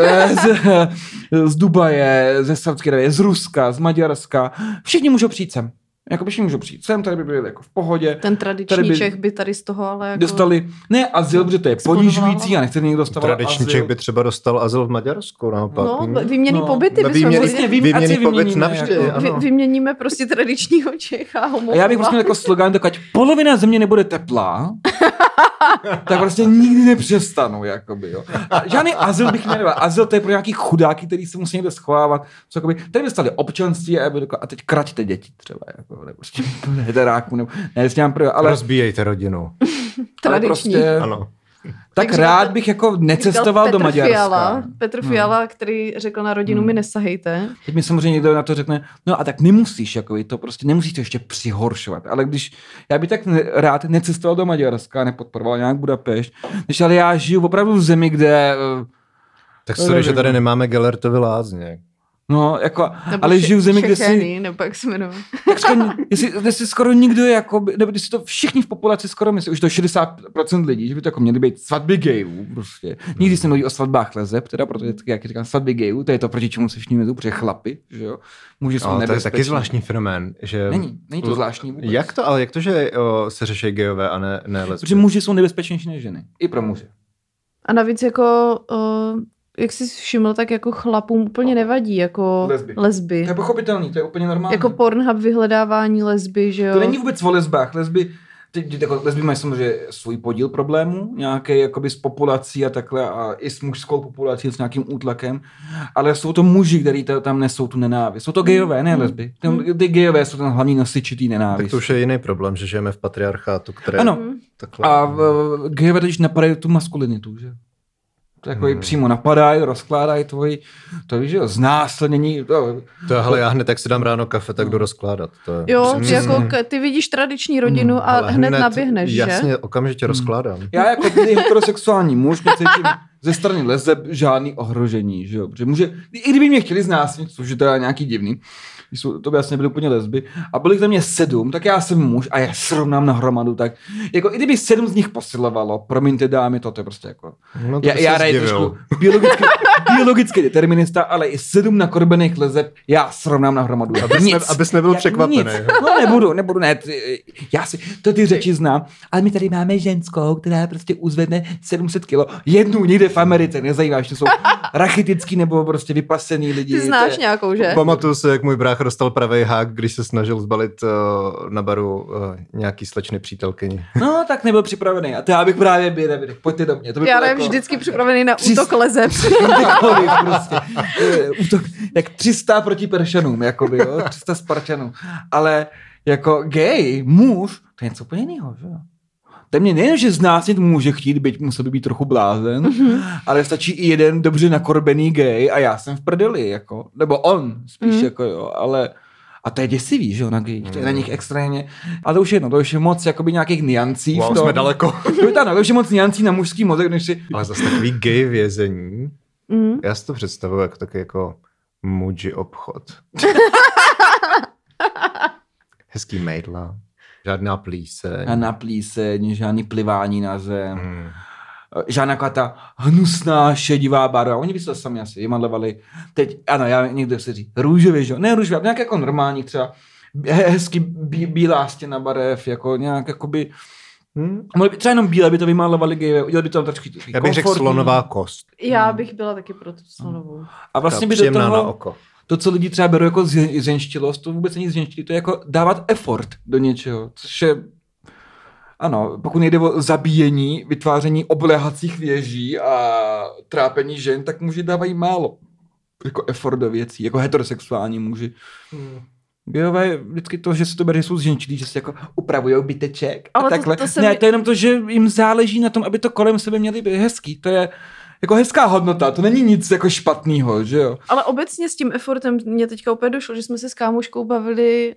z, z Dubaje, ze Saudské Arábie, z Ruska, z Maďarska, všichni můžou přijít sem. Jako všichni můžou přijít sem, tady by byli jako v pohodě. Ten tradiční by Čech by tady z toho ale jako... dostali, ne azyl, protože to je ponižující a nechce někdo dostávat azyl. Tradiční Čech by třeba dostal azyl v Maďarsku, naopak. No, vyměný no, pobyty. Vyměný, vyměný, vyměný pobyt navždy, jako, vy, vyměníme prostě tradičního Čecha. A já bych prostě jako slogan, tak ať polovina země nebude teplá, tak prostě nikdy nepřestanu, jakoby, jo. A žádný azyl bych neměl. Azyl to je pro nějaký chudáky, který se musí někde schovávat. Co, jakoby, tady dostali občanství a, a teď kraťte děti třeba, jako, nebo prostě hederáků, nebo ne, mám pro, ale... Rozbíjejte rodinu. Tradiční. Prostě, ano. Tak jak rád bych jako necestoval do Maďarska. Fiala, Petr Fiala, hmm. který řekl na rodinu, hmm. mi nesahejte. Teď mi samozřejmě někdo na to řekne, no a tak nemusíš, jako to prostě nemusíš to ještě přihoršovat. Ale když, já bych tak ne, rád necestoval do Maďarska, nepodporoval nějak Budapešť, když ale já žiju opravdu v zemi, kde... Tak sorry, že tady nemáme Gellertovy lázně. No, jako, ale žiju v zemi, kde si... nebo jak se jmenuje. Tak skoro, jestli, jestli skoro nikdo, jako, nebo jestli to všichni v populaci skoro myslí, už to šedesát procent lidí, že by to jako měly být svatby gayů, prostě. Nikdy se mluví o svatbách lezeb, teda, protože jak říkám svatby gayů, to je to, proti čemu se všichni mluví, protože chlapy, že jo. Muži jsou no, nebezpeční. To je taky zvláštní fenomén, že... Není, není to zvláštní vůbec. Jak to, ale jak to, že o, se řeší gayové a ne, ne lesby? Protože muži jsou nebezpečnější než ženy. I pro muže. A navíc jako... Uh... jak jsi všiml, tak jako chlapům úplně nevadí jako lesby. lesby. To je pochopitelný, to je úplně normální. Jako Pornhub vyhledávání lesby, že jo? To není vůbec o lesbách. Lesby, ty, jako, lesby mají samozřejmě svůj podíl problémů, nějaký jakoby s populací a takhle a i s mužskou populací, s nějakým útlakem, ale jsou to muži, kteří tam nesou tu nenávist. Jsou to gejové, ne lesby. Ty, ty gejové jsou ten hlavní nosiči té nenávist. Tak to už je jiný problém, že žijeme v patriarchátu, které... Ano. Takhle... A v, gejové totiž napadají tu maskulinitu, že? Takový hmm. přímo napadají, rozkládají tvoji, to víš, jo, znásilnění. To, to hele, já hned, tak si dám ráno kafe, tak jdu rozkládat. To je, jo, ty, jako, ty vidíš tradiční rodinu hmm, a hned, hned naběhneš, jasně, že? Jasně, okamžitě hmm. rozkládám. Já jako heterosexuální muž necítím, ze strany leseb žádný ohrožení, že jo, protože může, i kdyby mě chtěli znásilnit, což je teda nějaký divný, to by asi nebyly úplně lesby, a byli tam mě sedm, tak já jsem muž a já srovnám na hromadu, tak jako i kdyby sedm z nich posilovalo, promiňte dámy, to, to je prostě jako, no to já, já raji trošku biologický, biologický determinista, ale i sedm nakorbených leseb já srovnám na hromadu. Abys, ne, abys nebyl překvapený. No nebudu, nebudu, ne, ty, já si, to ty řeči znám, ale my tady máme ženskou, která prostě uzvedne sedm set kilo, jednu někde v Americe, nezajímáš, to jsou rachitický nebo prostě vypasený lidi. Ty znáš je... nějakou, že? Pamatuju se, jak můj brácha dostal pravej hák, když se snažil zbalit uh, na baru uh, nějaký slečny přítelkyni. No, tak nebyl připravený. A to já bych právě byl, David, pojďte do mě. To by já jsem jako... vždycky připravený na Tři... útok lezeb. prostě. Útok, jak tři sta proti Peršanům, jakoby, jo? tři sta Spartanů. Ale jako gay, muž, to je něco úplně jiného, že jo? To mě nejen, že znásilnit může chtít, byť musel by být trochu blázen, mm-hmm. ale stačí i jeden dobře nakorbený gay a já jsem v prdeli, jako, nebo on spíš, mm. jako jo, ale a to je děsivý, že jo, na gay, to je na nich extrémně, a to už je jedno, to už je moc jakoby nějakých niancí. Wow, v tom. jsme daleko. To je, to už je moc niancí na mužský mozek, než si... Ale zase takový gay vězení, mm. já si to představuji jako taky jako muži obchod. Hezký mejdla. Žádná plíseň. Žádná plíseň, žádný plivání na zem. Hmm. Žádná taková ta hnusná šedivá barva. Oni by se to sami asi vymalovali. Teď, ano, já někdo se říct, růžově, že? Ne růžově, nějak jako normální třeba hezky bí, bílá stěna barev, jako nějak jakoby... Hmm? Třeba jenom bílé by to vymalovali gejové, udělali by to tam trošku já bych řekl slonová kost. Já bych byla taky pro tu slonovou. A vlastně by do toho... na oko. To, co lidi třeba berou jako zženštilost, to vůbec není zženštilý, to je jako dávat effort do něčeho, což je, ano, pokud nejde o zabíjení, vytváření obléhacích věží a trápení žen, tak muži dávají málo jako effort do věcí, jako heterosexuální muži. Hmm. Gejové vždycky to, že se to bere, že jsou zženštilí, že se jako upravujou byteček a takhle. To, to ne, mi... to je jenom to, že jim záleží na tom, aby to kolem sebe měli být hezký, to je jako hezká hodnota, to není nic jako špatného, že jo? Ale obecně s tím effortem mě teďka úplně došlo, že jsme se s kámoškou bavili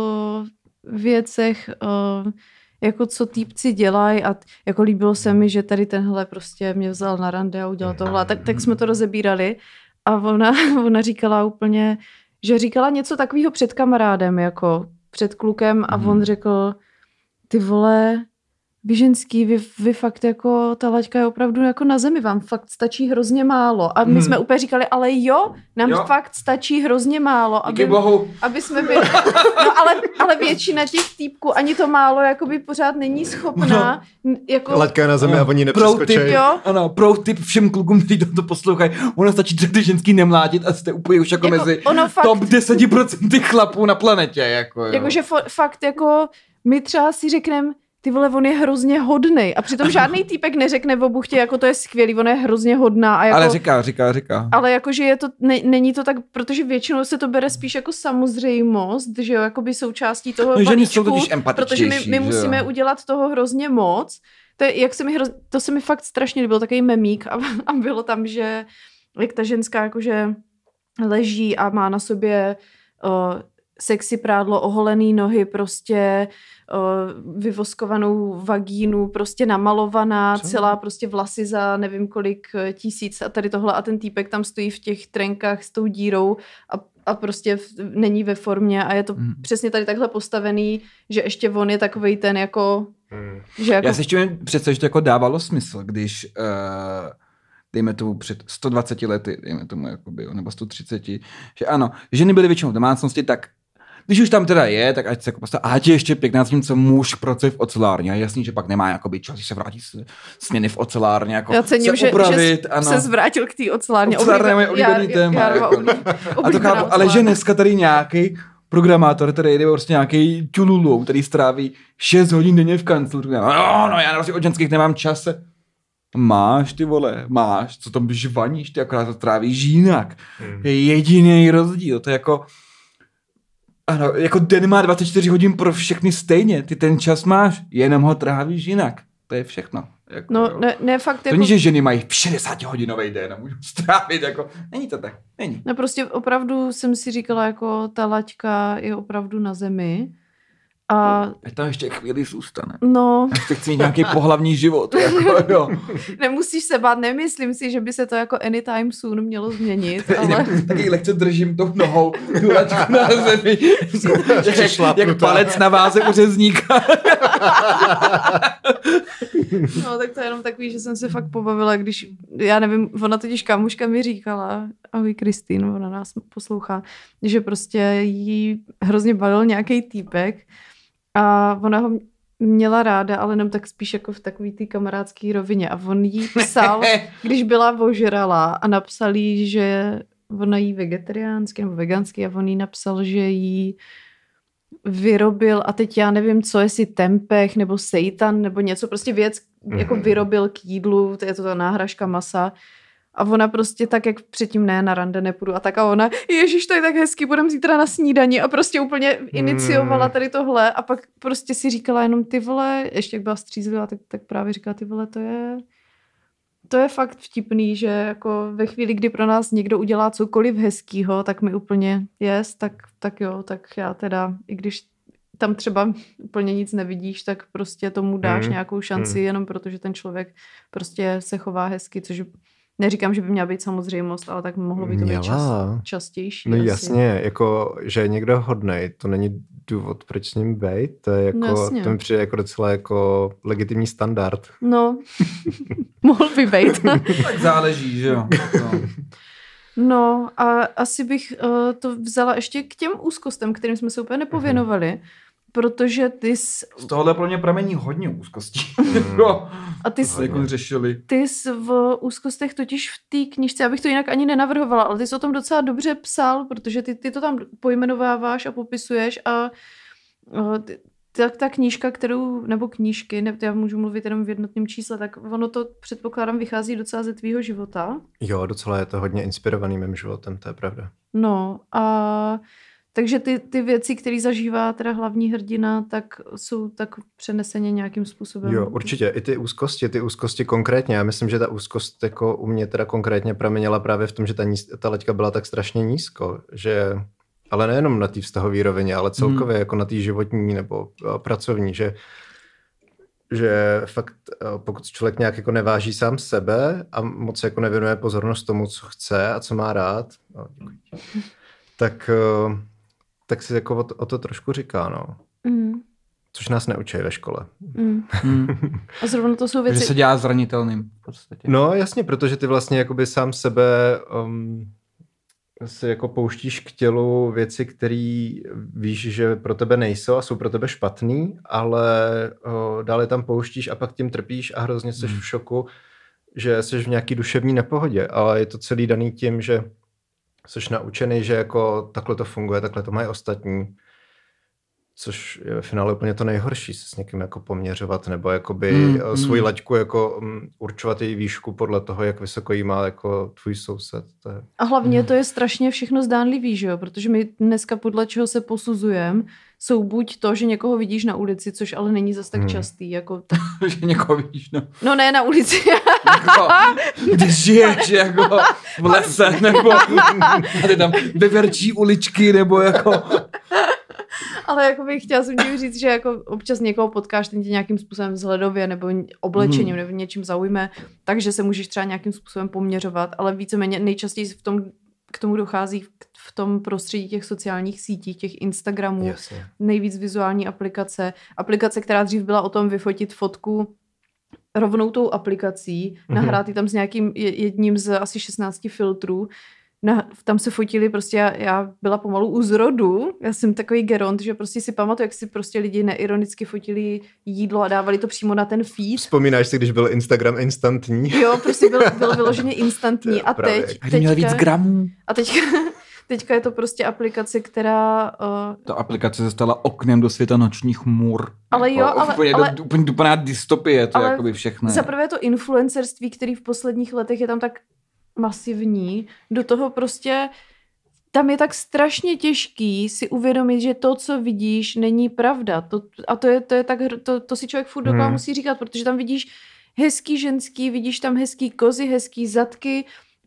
o věcech, uh, jako co týpci dělají a t- jako líbilo se mi, že tady tenhle prostě mě vzal na rande a udělal tohle, tak, tak jsme to rozebírali a ona, ona říkala úplně, že říkala něco takového před kamarádem, jako před klukem a on řekl, ty vole... Vy ženský, vy, vy fakt jako, ta laťka je opravdu jako na zemi, vám fakt stačí hrozně málo. A my hmm. jsme úplně říkali, ale jo, nám jo. fakt stačí hrozně málo, aby, aby jsme byli, no ale, ale většina těch týpků ani to málo jakoby pořád není schopná. No. Jako... Laťka je na zemi no. a oni nepřeskočejí. Ano, pro tip všem klukům, kteří to, to poslouchají, ono stačí ty ženský nemládit a jste úplně už jako, jako mezi fakt... top deset procent chlapů na planetě. Jako, jo. Jakože fakt jako, my třeba si řekneme, ty vole, on je hrozně hodnej. A přitom žádný týpek neřekne v obuchtě, jako to je skvělý, on je hrozně hodná. A jako, ale říká, říká, říká. Ale jakože je to, ne, není to tak, protože většinou se to bere spíš jako samozřejmost, že jo, jakoby součástí toho no, balíčku, protože my, my musíme jo. udělat toho hrozně moc. To, je, jak se mi hroz, to se mi fakt strašně líbil, takový memík a, a bylo tam, že jak ta ženská jakože leží a má na sobě uh, sexy prádlo, oholený nohy, prostě uh, vyvoskovanou vagínu, prostě namalovaná, co? Celá prostě vlasy za nevím kolik tisíc a tady tohle a ten týpek tam stojí v těch trenkách s tou dírou a, a prostě v, není ve formě a je to hmm. přesně tady takhle postavený, že ještě on je takovej ten jako... Hmm. Že jako... Já si ještě představ, že to jako dávalo smysl, když... Uh... dejme tomu před sto dvaceti lety, dejme tomu jakoby, nebo sto třiceti, že ano, ženy byly většinou v domácnosti, tak když už tam teda je, tak ať se jako postaví, ať je ještě pěkná s tím, co muž pracuje v ocelárně. A jasný, že pak nemá jakoby čas, když se vrátí z směny v ocelárně, jako já cením, se upravit. Že, že se zvrátil k té ocelárně. Ocelárně je oblíbený téma. Já, jako. A to chápu, ale že dneska tady nějaký programátor, který jde prostě nějaký tululou, který stráví šest hodin denně v kanclu. No, no, já prostě od ženských nemám čase. Máš, ty vole, máš, co tam žvaníš, ty akorát to trávíš jinak. Hmm. Je jediný rozdíl, to je jako, ano, jako den má dvacet čtyři hodin pro všechny stejně, ty ten čas máš, jenom ho trávíš jinak, to je všechno. Jako, no, ne, ne, fakt to jako... není, že ženy mají šedesátihodinový den a můžou strávit, jako, není to tak, není. No prostě opravdu jsem si říkala, jako ta laťka je opravdu na zemi A Ať tam ještě chvíli zůstane. no, Ještě chci mít nějaký pohlavní život. Jako, jo. nemusíš se bát, nemyslím si, že by se to jako anytime soon mělo změnit, ale... Taky lehce držím tou nohou tu laťku na zemi. jak, jak palec na váze u řezníka. No, tak to je jenom takový, že jsem se fakt pobavila, když, já nevím, ona totiž kamuška mi říkala, ahoj Kristýn, ona nás poslouchá, že prostě jí hrozně bavil nějaký týpek a ona ho měla ráda, ale jenom tak spíš jako v takový té kamarádské rovině a on jí psal, když byla ožralá a napsal jí, že ona jí vegetariánsky nebo vegansky a on jí napsal, že jí vyrobil, a teď já nevím, co, jestli tempeh nebo seitan nebo něco, prostě věc, jako vyrobil k jídlu, to je to ta náhražka masa. A ona prostě tak, jak předtím ne, na rande nepůjdu. A tak a ona, ježiš, to je tak hezký, budem zítra na snídani a prostě úplně iniciovala tady tohle a pak prostě si říkala jenom ty vole, ještě jak byla střízlivá, tak, tak právě říkala ty vole, to je to je fakt vtipný, že jako ve chvíli, kdy pro nás někdo udělá cokoliv hezkýho, tak mi úplně jest, tak, tak jo, tak já teda, i když tam třeba úplně nic nevidíš, tak prostě tomu dáš mm. nějakou šanci, mm. jenom protože ten člověk prostě se chová hezky, což neříkám, že by měla být samozřejmost, ale tak mohlo by to být čas, častější. No asi. jasně, jako, že je někdo hodnej, to není důvod, proč s ním bejt, to je jako, no to mi přijde jako docela jako legitimní standard. No, mohl by bejt. Tak záleží, že jo. No. No a asi bych uh, to vzala ještě k těm úzkostem, kterým jsme se úplně nepověnovali, protože ty jsi... Z tohohle pro mě pramení hodně úzkostí. A ty jsi, jako řešili. Ty jsi v úzkostech totiž v té knižce, abych to jinak ani nenavrhovala, ale ty jsi o tom docela dobře psal, protože ty, ty to tam pojmenováváš a popisuješ a uh, ty, tak ta knížka, kterou, nebo knížky, ne, já můžu mluvit jenom v jednotném čísle, tak ono to předpokládám vychází docela ze tvýho života. Jo, docela je to hodně inspirovaný mým životem, to je pravda. No a takže ty, ty věci, které zažívá teda hlavní hrdina, tak jsou tak přeneseně nějakým způsobem. Jo, určitě. I ty úzkosti, ty úzkosti konkrétně. Já myslím, že ta úzkost jako u mě teda konkrétně pramenila právě v tom, že ta, níz, ta laťka byla tak strašně nízko, že... Ale nejenom na té vztahové rovině, ale celkově hmm. jako na té životní nebo uh, pracovní, že, že fakt uh, pokud člověk nějak jako neváží sám sebe a moc jako nevěnuje pozornost tomu, co chce a co má rád, no, tak, uh, tak si jako o to, o to trošku říká, no. Hmm. Což nás neučí ve škole. Hmm. Hmm. A zrovna to jsou věci... Že se dělá zranitelným v podstatě. No jasně, protože ty vlastně jakoby sám sebe... Um, si jako pouštíš k tělu věci, které víš, že pro tebe nejsou a jsou pro tebe špatný, ale o, dále tam pouštíš a pak tím trpíš a hrozně jsi hmm. v šoku, že jsi v nějaký duševní nepohodě, ale je to celý daný tím, že jsi naučený, že jako takhle to funguje, takhle to mají ostatní, což je ve finále úplně to nejhorší, se s někým jako poměřovat nebo jakoby hmm. svoji laťku jako um, určovat její výšku podle toho, jak vysoko jí má jako tvůj soused. To je... A hlavně to je strašně všechno zdánlivý, že jo? Protože my dneska podle čeho se posuzujeme, jsou buď to, že někoho vidíš na ulici, což ale není zas tak hmm. častý. Jako... že někoho vidíš, no. No ne na ulici. jako, když žiješ jako v lese, nebo a ty tam vyverčí uličky, nebo jako... Ale jako bych chtěla jsem tím říct, že jako občas někoho potkáš, ten tě nějakým způsobem vzhledově nebo oblečením nebo něčím zaujme, takže se můžeš třeba nějakým způsobem poměřovat, ale víceméně nejčastěji v tom, k tomu dochází v tom prostředí těch sociálních sítí, těch Instagramů, Jasně. nejvíc vizuální aplikace. Aplikace, která dřív byla o tom vyfotit fotku rovnou tou aplikací, mm-hmm. nahrát ji tam s nějakým jedním z asi šestnácti filtrů. Na, tam se fotili prostě, já, já byla pomalu u zrodu, já jsem takový geront, že prostě si pamatuju, jak si prostě lidi neironicky fotili jídlo a dávali to přímo na ten feed. Vzpomínáš si, když byl Instagram instantní? Jo, prostě byl, byl vyloženě instantní a teď... A teď měl víc gramů. A teďka, teďka je to prostě aplikace, která... Uh, Ta aplikace se stala oknem do světa nočních můr. Ale jo, ale... Úplně, ale do, úplně dupaná dystopie, to je jakoby všechno. Zaprvé to influencerství, který v posledních letech je tam tak masivní, do toho prostě tam je tak strašně těžký si uvědomit, že to, co vidíš, není pravda. To, a to je, to je tak, to, to si člověk furt dokola hmm. musí říkat, protože tam vidíš hezký ženský, vidíš tam hezký kozy, hezký zadky,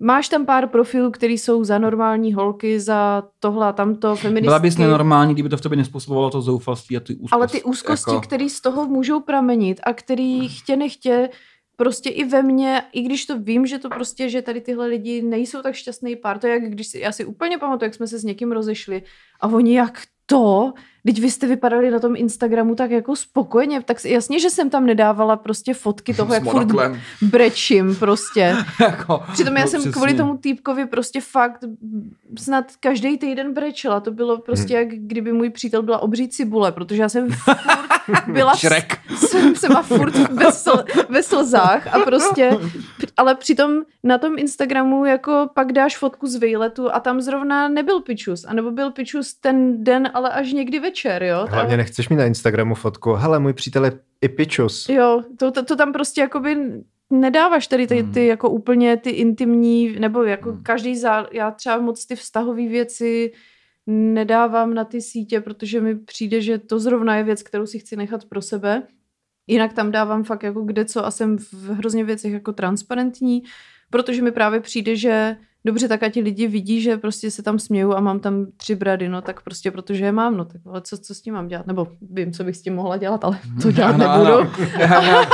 máš tam pár profilů, který jsou za normální holky, za tohle a tamto, feministky. Byla bys nenormální, kdyby to v tobě nespůsobovalo to zoufalství a ty úzkosti. Ale ty úzkosti, jako... které z toho můžou pramenit a který chtě nechtě prostě i ve mně, i když to vím, že to prostě, že tady tyhle lidi nejsou tak šťastný pár, to je jak když si, já si úplně pamatuju, jak jsme se s někým rozešli a oni jak to, teď vy jste vypadali na tom Instagramu tak jako spokojeně, tak jasně, že jsem tam nedávala prostě fotky toho, jak furt brečím prostě. jako, Přitom já no, jsem přesně. kvůli tomu týpkovi prostě fakt snad každý týden brečela. To bylo prostě jak kdyby můj přítel byla obří cibule, protože já jsem furt byla Šrek. jsem, jsem a furt ve, sl, ve slzách a prostě, ale přitom na tom Instagramu jako pak dáš fotku z výletu a tam zrovna nebyl pičus, anebo byl pičus ten den, ale až někdy večer, jo. Hlavně nechceš mít na Instagramu fotku, hele, můj přítel je i pičus. Jo, to, to, to tam prostě jakoby nedáváš tady ty, ty jako úplně ty intimní, nebo jako hmm. každý zá... Já třeba moc ty vztahové věci nedávám na ty sítě, protože mi přijde, že to zrovna je věc, kterou si chci nechat pro sebe. Jinak tam dávám fakt jako kde co a jsem v hrozně věcech jako transparentní, protože mi právě přijde, že dobře, tak a ti lidi vidí, že prostě se tam směju a mám tam tři brady, no tak prostě protože je mám, no tak ale co, co s tím mám dělat? Nebo vím, co bych s tím mohla dělat, ale to dělat ano, nebudu. Ano. Já, já.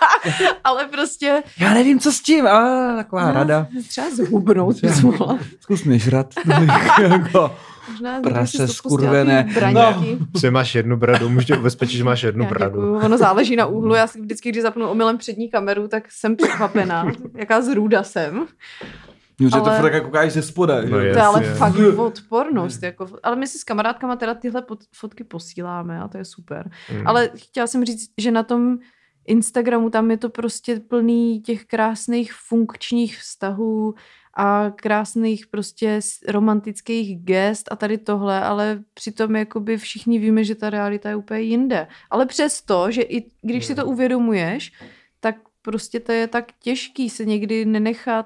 Ale prostě... Já nevím, co s tím, a taková no, rada. Třeba zhubnout bys mohla. Zkus mě žrat. jako prase skurvené. No. Že máš jednu bradu, můžu ubezpečit, že máš jednu já bradu. Děkuju. Ono záleží na úhlu. Já vždycky, když zapnu omylem přední kameru, tak jsem překvapená. Jaká zrůda jsem. Že ale... to fakt jako koukáš ze spoda. No to je ale fakt odpornost. Jako, ale my si s kamarádkama teda tyhle fotky posíláme a to je super. Mm. Ale chtěla jsem říct, že na tom Instagramu tam je to prostě plný těch krásných funkčních vztahů a krásných prostě romantických gest a tady tohle, ale přitom jakoby všichni víme, že ta realita je úplně jinde. Ale přesto, že i když si to uvědomuješ, tak prostě to je tak těžký se někdy nenechat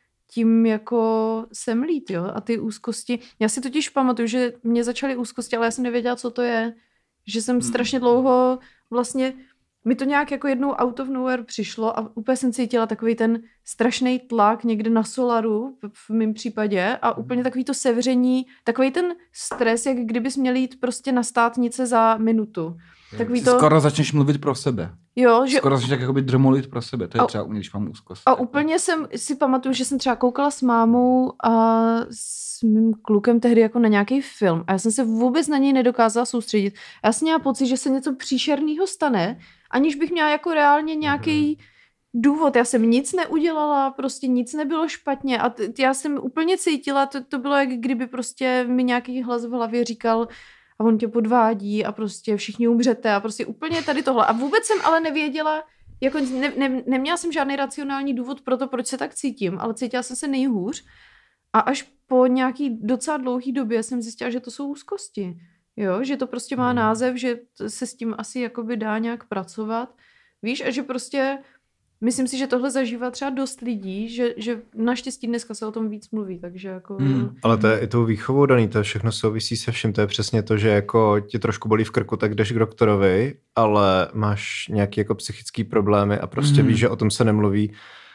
tím jako semlít, jo, a ty úzkosti. Já si totiž pamatuju, že mě začaly úzkosti, ale já jsem nevěděla, co to je. Že jsem strašně dlouho vlastně mi to nějak jako jednou out of nowhere přišlo a úplně jsem cítila takový ten strašný tlak někde na solaru v mém případě a úplně takový to sevření, takový ten stres, jak kdybys měl jít prostě na státnice za minutu. Takový to... Skoro začneš mluvit pro sebe. Jo, že... Skoro začneš tak jakoby drmolit pro sebe. To je a... třeba u mě, když mám úzkost. A úplně jsem si pamatuju, že jsem třeba koukala s mámou a s mým klukem tehdy jako na nějaký film a já jsem se vůbec na něj nedokázala soustředit. Já jsem měla pocit, že se něco příšerného stane, aniž bych měla jako reálně nějaký důvod. Já jsem nic neudělala, prostě nic nebylo špatně a t- já jsem úplně cítila, to, to bylo jak kdyby prostě mi nějaký hlas v hlavě říkal a on tě podvádí a prostě všichni umřete a prostě úplně tady tohle. A vůbec jsem ale nevěděla, jako ne, ne, neměla jsem žádný racionální důvod pro to, proč se tak cítím, ale cítila jsem se nejhůř a až po nějaký docela dlouhý době jsem zjistila, že to jsou úzkosti. Jo, že to prostě má název, že se s tím asi jakoby dá nějak pracovat. Víš, a že prostě myslím si, že tohle zažívá třeba dost lidí, že, že naštěstí dneska se o tom víc mluví, takže jako... Hmm. Ale to je i tou výchovou daný, to všechno souvisí se vším, to je přesně to, že jako tě trošku bolí v krku, tak jdeš k doktorovi, ale máš nějaké jako psychické problémy a prostě hmm. víš, že o tom se nemluví.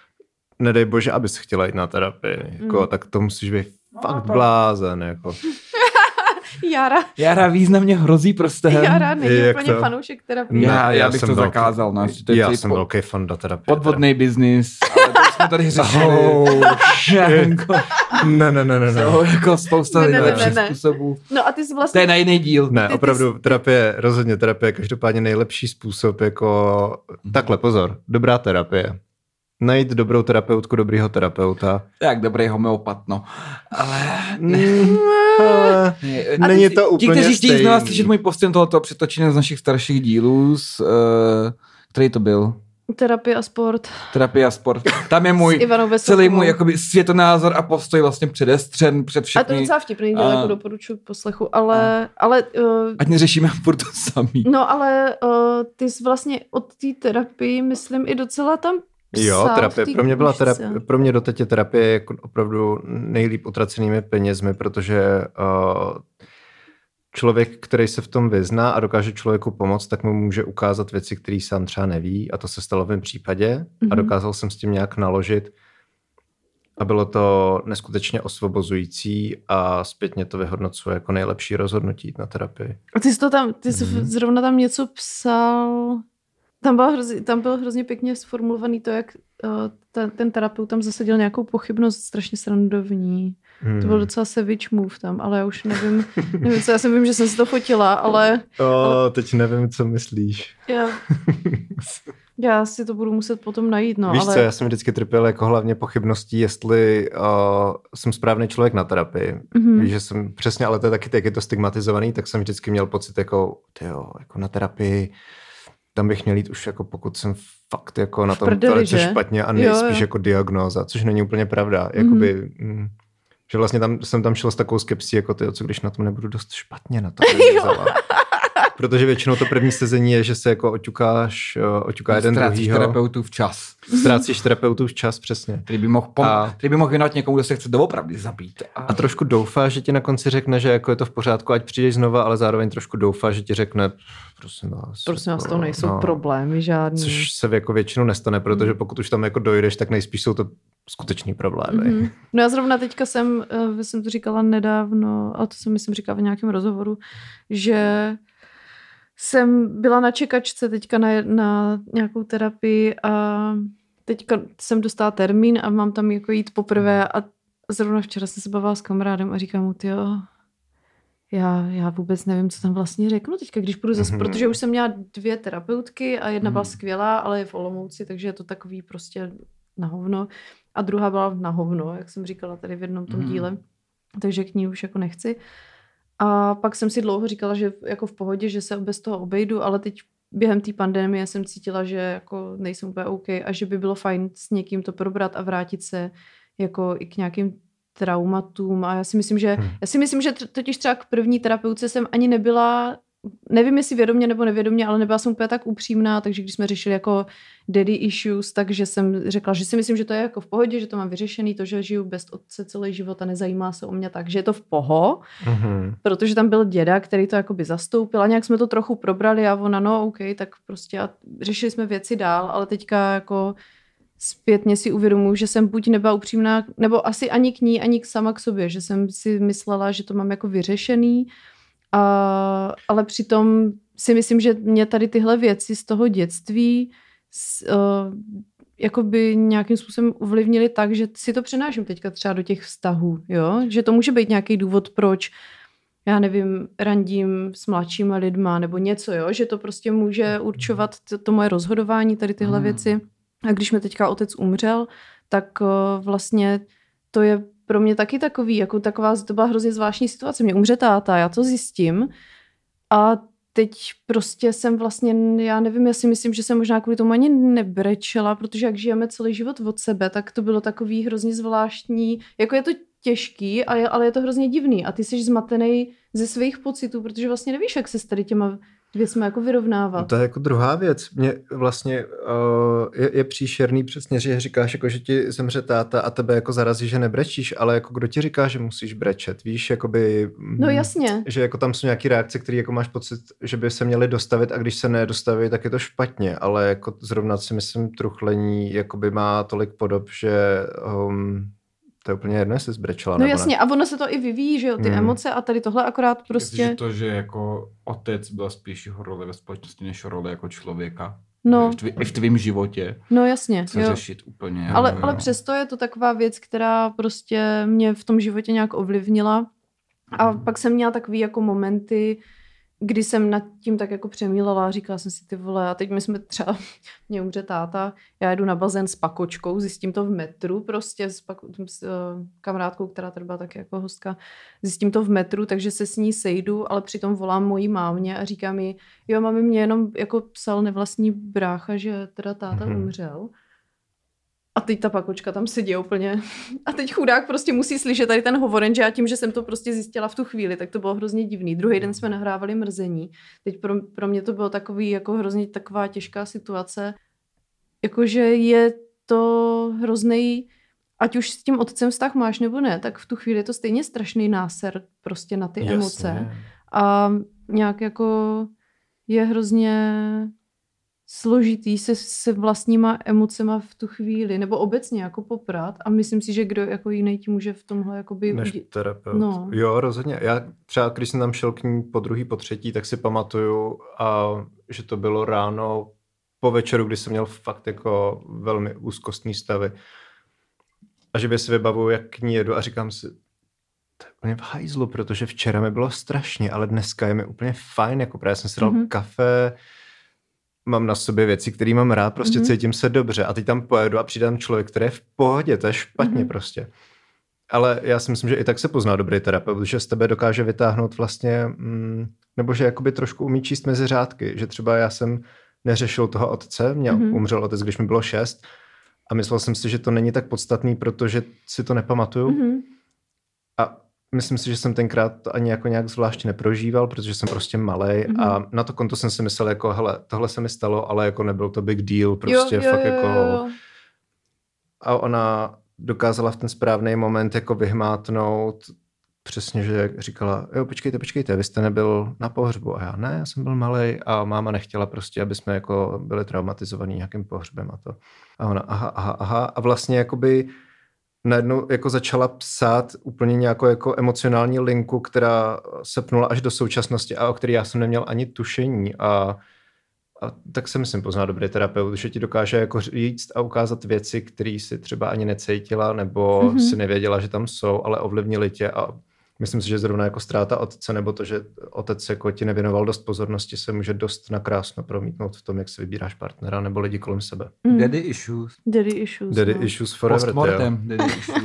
Nedej bože, abys chtěla jít na terapii, jako, hmm. tak to musíš být fakt blázen, jako... Jara. Jara významně hrozí prstem. Jara není jak úplně to? Fanoušek terapie. Já, já, já bych to velký, zakázal. No. To já jsem pod, velký fan do terapie. Podvodný biznis, ale to jsme tady řešili. Oh, jako, ne, ne, ne, ne. So, jako spousta ne, ne, lepších ne, ne. způsobů. No a ty jsi vlastně... To je na jiný díl. Ne, ty, opravdu, ty jsi... terapie, rozhodně terapie, každopádně nejlepší způsob, jako... Takhle, pozor, dobrá terapie. Najít dobrou terapeutku, dobrýho terapeuta. Jak dobrý homeopat, no. Ale... Ne, ale ne, není to úplně ti, kteří chtějí stejný. znova slyšet můj postřeh tohoto přetočení z našich starších dílů, z, uh, který to byl? Terapie a sport. Terapie a sport. Tam je můj celý můj jakoby, světonázor a postoj vlastně předestřen před všechny. A to je docela vtipný, a... jako doporučuji poslechu, ale... A... ale uh... Ať neřešíme furt to samý. No ale uh, ty jsi vlastně od té terapii, myslím, i docela tam Jo, terapie. Pro mě byla terapie, pro mě doteď je terapie jako opravdu nejlíp utracenými penězmi, protože uh, člověk, který se v tom vyzná a dokáže člověku pomoct, tak mu může ukázat věci, které sám třeba neví a to se stalo v mém případě mm-hmm. a dokázal jsem s tím nějak naložit. A bylo to neskutečně osvobozující a zpětně to vyhodnocuje jako nejlepší rozhodnutí jít na terapii. A ty jsi to tam, ty jsi mm-hmm. zrovna tam něco psal, tam bylo hrozně, tam bylo hrozně pěkně sformulovaný to, jak uh, ten, ten terapeut tam zasadil nějakou pochybnost strašně srandovní. Hmm. To byl docela savage move tam, ale já už nevím, nevím co, já si vím, že jsem si to fotila, ale... O, ale... teď nevím, co myslíš. Já, já si to budu muset potom najít, no, Víš ale... co, já jsem vždycky trpěl jako hlavně pochybností, jestli uh, jsem správný člověk na terapii. Mm-hmm. Víš, že jsem přesně, ale to je taky, jak je to stigmatizovaný, tak jsem vždycky měl pocit jako, tyjo, jako na terapii, tam bych měl jít už jako pokud jsem fakt jako na tom velice špatně a nejspíš jo, jo. jako diagnóza, což není úplně pravda. Mm-hmm. Jakoby... Mm, že vlastně tam, jsem tam šel s takovou skepsí, jako ty, co když na tom nebudu dost špatně na to. Protože většinou to první sezení je, že se jako oťukáš, oťuká jeden druhýho. Ztrácíš terapeutů včas. Ztrácíš terapeutů včas, přesně. Který by mohl, pom- a... který by mohl věnovat někomu, kdo se chce doopravdy zabít. A... a trošku doufá, že ti na konci řekne, že jako je to v pořádku, ať přijdeš znova, ale zároveň trošku doufá, že ti řekne, prosím vás. Prosím vás, jako, to nejsou no, problémy žádný. Což se jako většinou nestane, protože pokud už tam jako dojdeš, tak nejspíš jsou to skutečný problémy. Mm-hmm. No já zrovna teďka jsem, jsem to říkala nedávno, a to jsem myslím říkala v nějakém rozhovoru, že jsem byla na čekačce teďka na, na nějakou terapii a teďka jsem dostala termín a mám tam jako jít poprvé a zrovna včera jsem se bavila s kamarádem a říkám mu, tyjo, já, já vůbec nevím, co tam vlastně řeknu teďka, když půjdu zase, mm-hmm. protože už jsem měla dvě terapeutky a jedna mm-hmm. byla skvělá, ale je v Olomouci, takže je to takový prostě na hovno. A druhá byla na hovno, jak jsem říkala tady v jednom tom mm. díle. Takže k ní už jako nechci. A pak jsem si dlouho říkala, že jako v pohodě, že se bez toho obejdu, ale teď během té pandemie jsem cítila, že jako nejsem úplně OK a že by bylo fajn s někým to probrat a vrátit se jako i k nějakým traumatům. A já si myslím, že, hmm. já si myslím, že totiž třeba k první terapeutce jsem ani nebyla, nevím jestli vědomě nebo nevědomě, ale nebyla jsem úplně tak upřímná, takže když jsme řešili jako daddy issues, takže jsem řekla, že si myslím, že to je jako v pohodě, že to mám vyřešený, to, že žiju bez otce celý život a nezajímá se o mě, takže je to v poho, mm-hmm. protože tam byl děda, který to jakoby zastoupil a nějak jsme to trochu probrali a ona, no OK, tak prostě a řešili jsme věci dál, ale teďka jako zpětně si uvědomuji, že jsem buď nebyla upřímná, nebo asi ani k ní, ani k sama k sobě, že jsem si myslela, že to mám jako vyřešený. A, ale přitom si myslím, že mě tady tyhle věci z toho dětství s, uh, jakoby nějakým způsobem ovlivnily tak, že si to přenáším teďka třeba do těch vztahů, jo? Že to může být nějaký důvod, proč já nevím, randím s mladšíma lidma nebo něco, jo? Že to prostě může určovat to, to moje rozhodování, tady tyhle mm. věci. A když mi teďka otec umřel, tak uh, vlastně to je pro mě taky takový, jako taková, to byla hrozně zvláštní situace. Mě umře táta, já to zjistím a teď prostě jsem vlastně, já nevím, já si myslím, že jsem možná kvůli tomu ani nebrečela, protože jak žijeme celý život od sebe, tak to bylo takový hrozně zvláštní, jako je to těžký, ale, ale je to hrozně divný a ty jsi zmatený ze svých pocitů, protože vlastně nevíš, jak se s tady těma věcmi jako vyrovnávat. No to je jako druhá věc. Mě vlastně uh, je, je příšerný přesně, že říkáš, jako, že ti zemře táta a tebe jako zarazí, že nebrečíš, ale jako kdo ti říká, že musíš brečet, víš, jakoby... No jasně. Že jako tam jsou nějaký reakce, které jako máš pocit, že by se měly dostavit a když se nedostaví, tak je to špatně, ale jako zrovna si myslím, truchlení jakoby má tolik podob, že... Um, to je úplně jedno, jestli zbrečela. No jasně, ne. A ono se to i vyvíjí, že jo, ty hmm. emoce a tady tohle akorát prostě... Myslíš to, že jako otec byla spíš jeho role ve společnosti, než role jako člověka? No. I v, tví, i v tvým životě. No jasně, se jo. řešit úplně. Ale, jo, ale jo. přesto je to taková věc, která prostě mě v tom životě nějak ovlivnila. A hmm. pak jsem měla takový jako momenty, kdy jsem nad tím tak jako přemýlela a říkala jsem si ty vole a teď my jsme třeba, mě umře táta, já jedu na bazén s Pakočkou, zjistím to v metru prostě s, pako, s uh, kamarádkou, která tady byla taky jako hostka, zjistím to v metru, takže se s ní sejdu, ale přitom volám mojí mámě a říkám jí, jo mami, mě jenom jako psal nevlastní brácha, že teda táta mm-hmm. umřel. A teď ta Pakočka tam sedí úplně. A teď chudák prostě musí slyšet tady ten hovoren, že já tím, že jsem to prostě zjistila v tu chvíli, tak to bylo hrozně divný. Druhý den jsme nahrávali Mrzení. Teď pro, pro mě to bylo takový, jako hrozně taková těžká situace. Jakože je to hrozný, ať už s tím otcem vztah máš nebo ne, tak v tu chvíli je to stejně strašný náser prostě na ty Jasně. emoce. A nějak jako je hrozně složitý se, se vlastníma emocema v tu chvíli, nebo obecně jako poprat a myslím si, že kdo jako jiný ti může v tomhle jakoby... Než terapeut. No. Jo, rozhodně. Já třeba, když jsem tam šel k ní po druhý, po třetí, tak si pamatuju, a, že to bylo ráno po večeru, kdy jsem měl fakt jako velmi úzkostný stavy. A že by si vybavuju, jak k ní jedu a říkám si, to je úplně v hajzlu, protože včera mi bylo strašně, ale dneska je mi úplně fajn, jako právě jsem si dal mm-hmm. kafe, mám na sobě věci, které mám rád, prostě mm-hmm. cítím se dobře a teď tam pojedu a přijde tam člověk, který je v pohodě, to je špatně mm-hmm. prostě. Ale já si myslím, že i tak se pozná dobrý terapeut, že z tebe dokáže vytáhnout vlastně, mm, nebo že jakoby trošku umí číst mezi řádky, že třeba já jsem neřešil toho otce, měl, mm-hmm. umřel otec, když mi bylo šest a myslel jsem si, že to není tak podstatný, protože si to nepamatuju mm-hmm. a myslím si, že jsem tenkrát to ani jako nějak zvlášť neprožíval, protože jsem prostě malej mm-hmm. a na to konto jsem si myslel jako, hele, tohle se mi stalo, ale jako nebyl to big deal, prostě jo, jo, fakt jo, jako... Jo. A ona dokázala v ten správný moment jako vyhmátnout přesně, že říkala, jo, počkejte, počkejte, vy jste nebyl na pohřbu. A já, ne, já jsem byl malej a máma nechtěla prostě, aby jsme jako byli traumatizovaní nějakým pohřbem a to. A ona, aha, aha, aha. A vlastně jakoby najednou jako začala psát úplně nějakou jako emocionální linku, která se pnula až do současnosti a o který já jsem neměl ani tušení. A, a tak se myslím pozná dobrý terapeut, že ti dokáže jako říct a ukázat věci, které si třeba ani necítila nebo mm-hmm. si nevěděla, že tam jsou, ale ovlivnili tě a myslím si, že zrovna jako ztráta otce nebo to, že otec jako ti nevěnoval dost pozornosti, se může dost nakrásno promítnout v tom, jak si vybíráš partnera nebo lidi kolem sebe. Mm. Daddy issues. Daddy issues. Daddy no. issues forever. Postmortem daddy issues.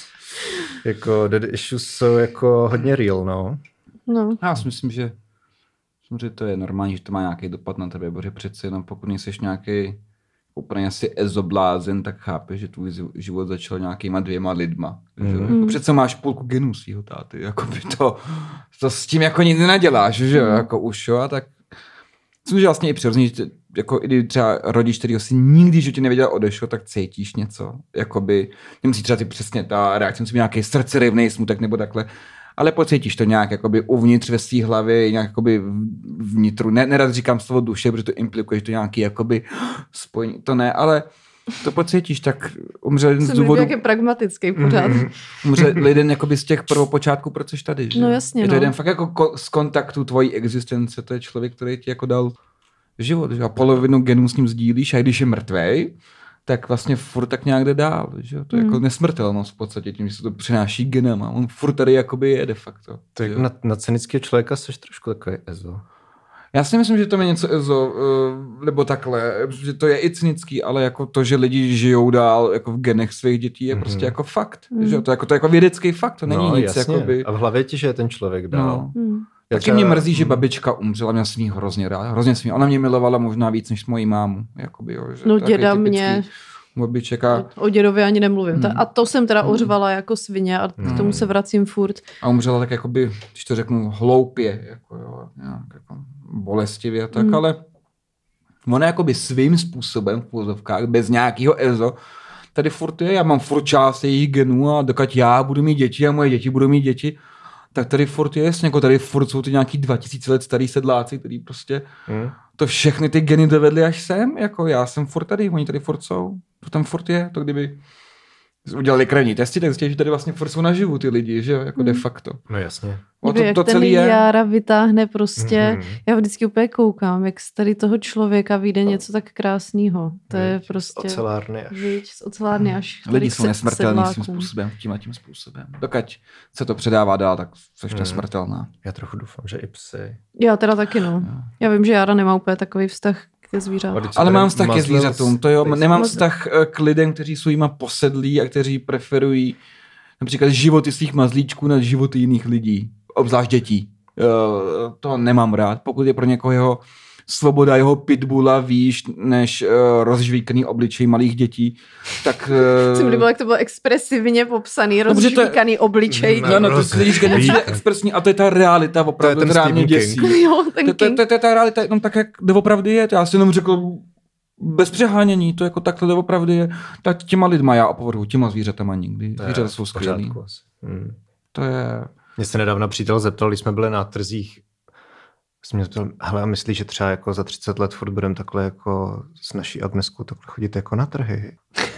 Jako daddy issues jsou jako hodně real, no. No. Já si myslím, že samozřejmě to je normální, že to má nějaký dopad na tebe, protože přece jenom pokud nejsi nějaký úplně asi ezoblázen, tak chápeš, že tvůj život začal nějakýma dvěma lidma. Mm. Že? Přece máš půlku genů svýho táty, jako by to, to s tím jako nic nenaděláš, že jo, jako už jo, a tak myslím, že vlastně i přirozeně, že jako i třeba rodič, kterýho si nikdy v životě nevěděl odešel, tak cítíš něco, jakoby, nemusí třeba ty přesně ta reakce, musí být nějaký srdcerivnej smutek nebo takhle, ale pocítíš to nějak jakoby uvnitř ve svý hlavě, nějak jakoby vnitru. Ne, nerad říkám slovo duše, protože to implikuje, že to nějaký jakoby spojení. To ne, ale to pocítíš, tak umřel jeden z důvodů... Jsem nějaký pragmatický pořád. Umřel jeden jakoby z těch prvopočátků, proč jsi tady. Že? No jasně, je to no. jeden fakt jako ko- z kontaktu tvojí existence, to je člověk, který ti jako dal život. Že? A polovinu genů s ním sdílíš a když je mrtvej, tak vlastně furt tak nějak jde dál, že? To je mm. jako nesmrtelnost v podstatě tím, že se to přináší genem a on furt tady jakoby je de facto. Tak na, na cynického člověka jsi trošku takový ezo. Já si myslím, že to je něco ezo, nebo takhle, že to je i cynický, ale jako to, že lidi žijou dál jako v genech svých dětí je mm-hmm. prostě jako fakt, mm. že? To je jako, to je jako vědecký fakt, to není no, nic jakoby. A v hlavě ti, že je ten člověk dál. No. Mm. Taky já... mě mrzí, že babička umřela, měla jsem jí hrozně rád, hrozně jsem jí. Ona mě milovala možná víc než moji mámu. Jakoby, jo, že no děda mě... Babička. O dědovi ani nemluvím. Hmm. A to jsem teda ořvala jako svině a k tomu se vracím furt. A umřela tak jakoby, když to řeknu, hloupě, jako, jo, nějak jako bolestivě, tak hmm. ale ona jakoby svým způsobem v půzovkách, bez nějakého ezo, tady furt je, já mám furt část jejich genů a dokud já budu mít děti a moje děti budou mít děti, tak tady furt je jasně, jako tady furt jsou ty nějaký dva tisíce let starý sedláci, který prostě hmm. to všechny ty geny dovedli až sem, jako já jsem furt tady, oni tady furt jsou, to tam furt je, to kdyby udělali krevní testy, tak zjistili, že tady vlastně furt jsou naživu ty lidi, že jo, jako hmm. de facto. No jasně. O, to, jak to celý ten Jára vytáhne prostě, mm-hmm. já vždycky úplně koukám, jak z tady toho člověka vyjde něco tak krásného. To je Víč, prostě... Z ocelárny až. Víč, z ocelárny až. Lidi jsou nesmrtelní tím způsobem, tím a tím způsobem. Dokud se to předává dál, tak jsi mm. nesmrtelná. Já trochu doufám, že i psy. Já teda taky, no. Já, já vím, že Jára nemá úplně takový vztah ke zvířatům. Ale mám vztah ke zvířatům, to jo, nemám vztah k lidem, kteří jsou jima posedlí a kteří preferují například životy svých mazlíčků nad životy jiných lidí, obzvlášť dětí. Uh, to nemám rád, pokud je pro někoho jeho svoboda, jeho pitbulla výš než uh, rozžvíkaný obličej malých dětí, tak... Uh... Jsem líbila, jak to bylo expresivně popsaný, rozžvíkaný to... obličej. No, no, to si říká, nepřijde expresní, a to je ta realita, opravdu, to, to reálně děsí. Jo, ten to, to, to, to je ta realita jenom tak, jak doopravdy je. Já si jenom řekl, bez přehánění, to jako takhle doopravdy je. Tak těma lidma já opovrhu, těma zvířatama nikdy. Zvířata jsou skvělý. Hmm. To je... Mě se nedávno přítel zeptal, když jsme byli na trzích, Jsi mě zeptal, hele, a myslíš, že třeba jako za třicet let furt budeme takhle jako s naší Agneskou takhle chodit jako na trhy?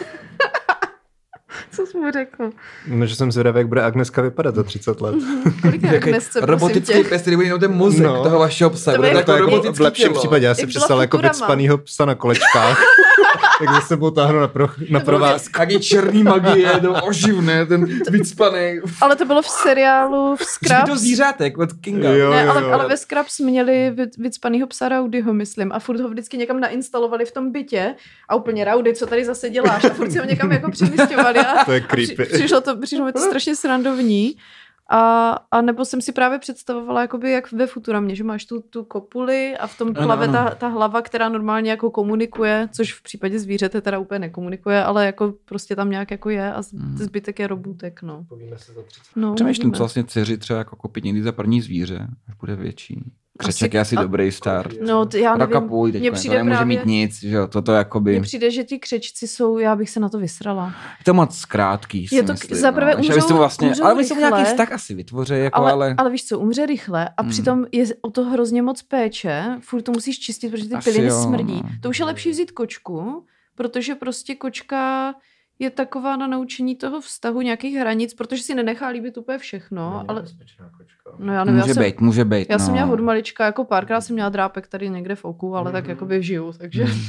Co jsi mu řekl? No, že jsem zvědavý, jak bude Agneska vypadat za třicet let. Kolik je Agnesce, robotický pes, který bude jenom ten mozek no. toho vašeho psa. To bude jako jako v lepším tělo. případě, já si představil jako vycpanýho psa na kolečkách. Tak za sebou táhnu na, pro, na provázku. Taky černý magie, to oživné, ten vycpaný. Ale to bylo v seriálu v Scrubs. To zvířátek od Kinga. Jo, ne, jo, ale, jo. ale ve Scrubs měli vycpanýho psa Rowdyho, myslím, a furt ho vždycky někam nainstalovali v tom bytě a úplně Rowdy, co tady zase děláš? A furt si ho někam jako přemysťovali. A, to je a creepy. při, přišlo, to, přišlo mi to strašně srandovní. A, a nebo jsem si právě představovala, jakoby jak ve Futuramě, že máš tu, tu kopuli a v tom plave ta, ta hlava, která normálně jako komunikuje, což v případě zvířete teda úplně nekomunikuje, ale jako prostě tam nějak jako je a zbytek je robůtek, no. Povíme se za třicet. No, přemýšlím, co vlastně dceři třeba jako koupit někdy za první zvíře, až bude větší. Křeček je asi a... dobrý start. No, t- já nevím. Rakapůj, Mně to přijde nemůže právě... mít nic, že jo, toto jakoby... Mně přijde, že ti křečci jsou, já bych se na to vysrala. Je to moc krátký, si je to myslím. Zaprvé no. umřou, vlastně, umřou ale myslím, rychle, nějaký vztah asi vytvoří, jako ale, ale... ale víš co, umře rychle a hmm. přitom je o to hrozně moc péče, furt to musíš čistit, protože ty asi piliny jo, smrdí. no. To už je lepší vzít kočku, protože prostě kočka je taková na naučení toho vztahu nějakých hranic, protože si nenechá líbit úplně všechno. Ale... No, já nevím, může já jsem, být, může být. Já no. jsem měla od malička, jako párkrát jsem měla drápek tady někde v oku, ale mm. tak jakoby žiju, takže... Mm.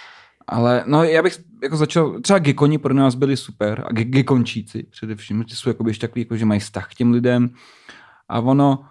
Ale no já bych jako začal, třeba gekoni pro nás byli super a ge- gekončíci především, ty jsou jakoby ještě takový, jako, že mají vztah k těm lidem a ono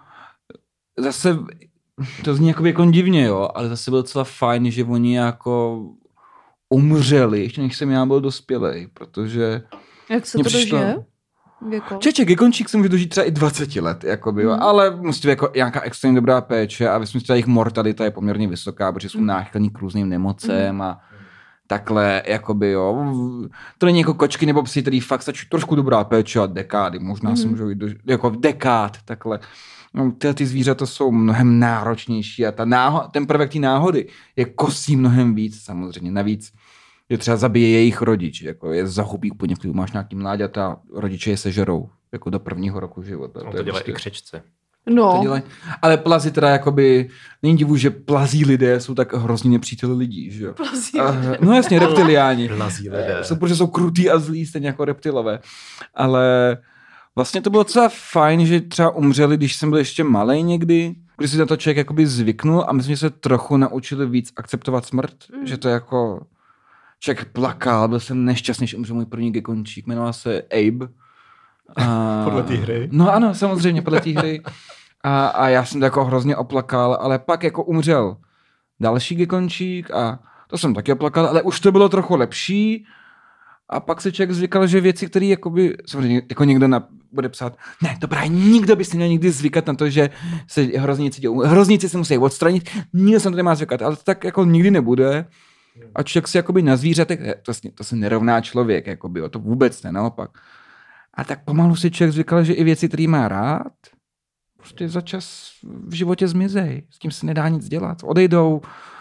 zase, to zní jako gekon divně, jo, ale zase bylo docela fajn, že oni jako umřeli, ještě než jsem já byl dospělej, protože... Jak se to přišlo... dožije? Gekon? Čeče, gekončík se může dožít třeba i dvacet let, jakoby, mm. ale musí jako nějaká extrémně dobrá péče a myslím, že jejich mortalita je poměrně vysoká, protože jsou náchylní k různým nemocem mm. a takhle, jakoby, jo. To není jako kočky nebo psi, který fakt stačí trošku dobrá péče a dekády, možná mm. se můžou jít do, jako v dekád, takhle. No, tyhle ty zvířata jsou mnohem náročnější a ta náho, ten prvek té náhody je kosí mnohem víc, samozřejmě, navíc je třeba zabije jejich rodič, jako je zahubí úplně, když máš nějaký mláďata a rodiče je sežerou, jako do prvního roku života. No, to, to dělají prostě... i křečce. No. To dělají. Ale plazy teda jakoby, není divu, že plazí lidé jsou tak hrozně nepříteli lidí, že jo? Plazí lidé. No jasně, reptiliáni. Plazí lidé. Jsou, protože jsou krutý a zlí, stejně jako reptilové. Ale vlastně to bylo docela fajn, že třeba umřeli, když jsem byl ještě malej někdy, když si na to člověk jakoby zvyknul a myslím, že se trochu naučili víc akceptovat smrt, mm. že to jako člověk plakal, byl jsem nešťastný, že umřel můj první gekončík, jmenoval se Abe. A... Podle té hry? No ano, samozřejmě, podle té hry. A, a já jsem to jako hrozně oplakal, ale pak jako umřel další gekončík a to jsem taky oplakal, ale už to bylo trochu lepší. A pak se člověk zvykal, že věci, které jakoby, samozřejmě jako někdo na, bude psát, ne, dobrá, nikdo by si měl nikdy zvykat na to, že se hrozníci dělou. Hrozníci se musí odstranit, nikdo se na to nemá zvykat, ale to tak jako nikdy nebude. A člověk si jakoby na zvířatech, to, to se nerovná člověk, jakoby, to vůbec ne, naopak. A tak pomalu si člověk zvykal, že i věci, které má rád, prostě za čas v životě zmizej. S tím se nedá nic dělat. Odejdou,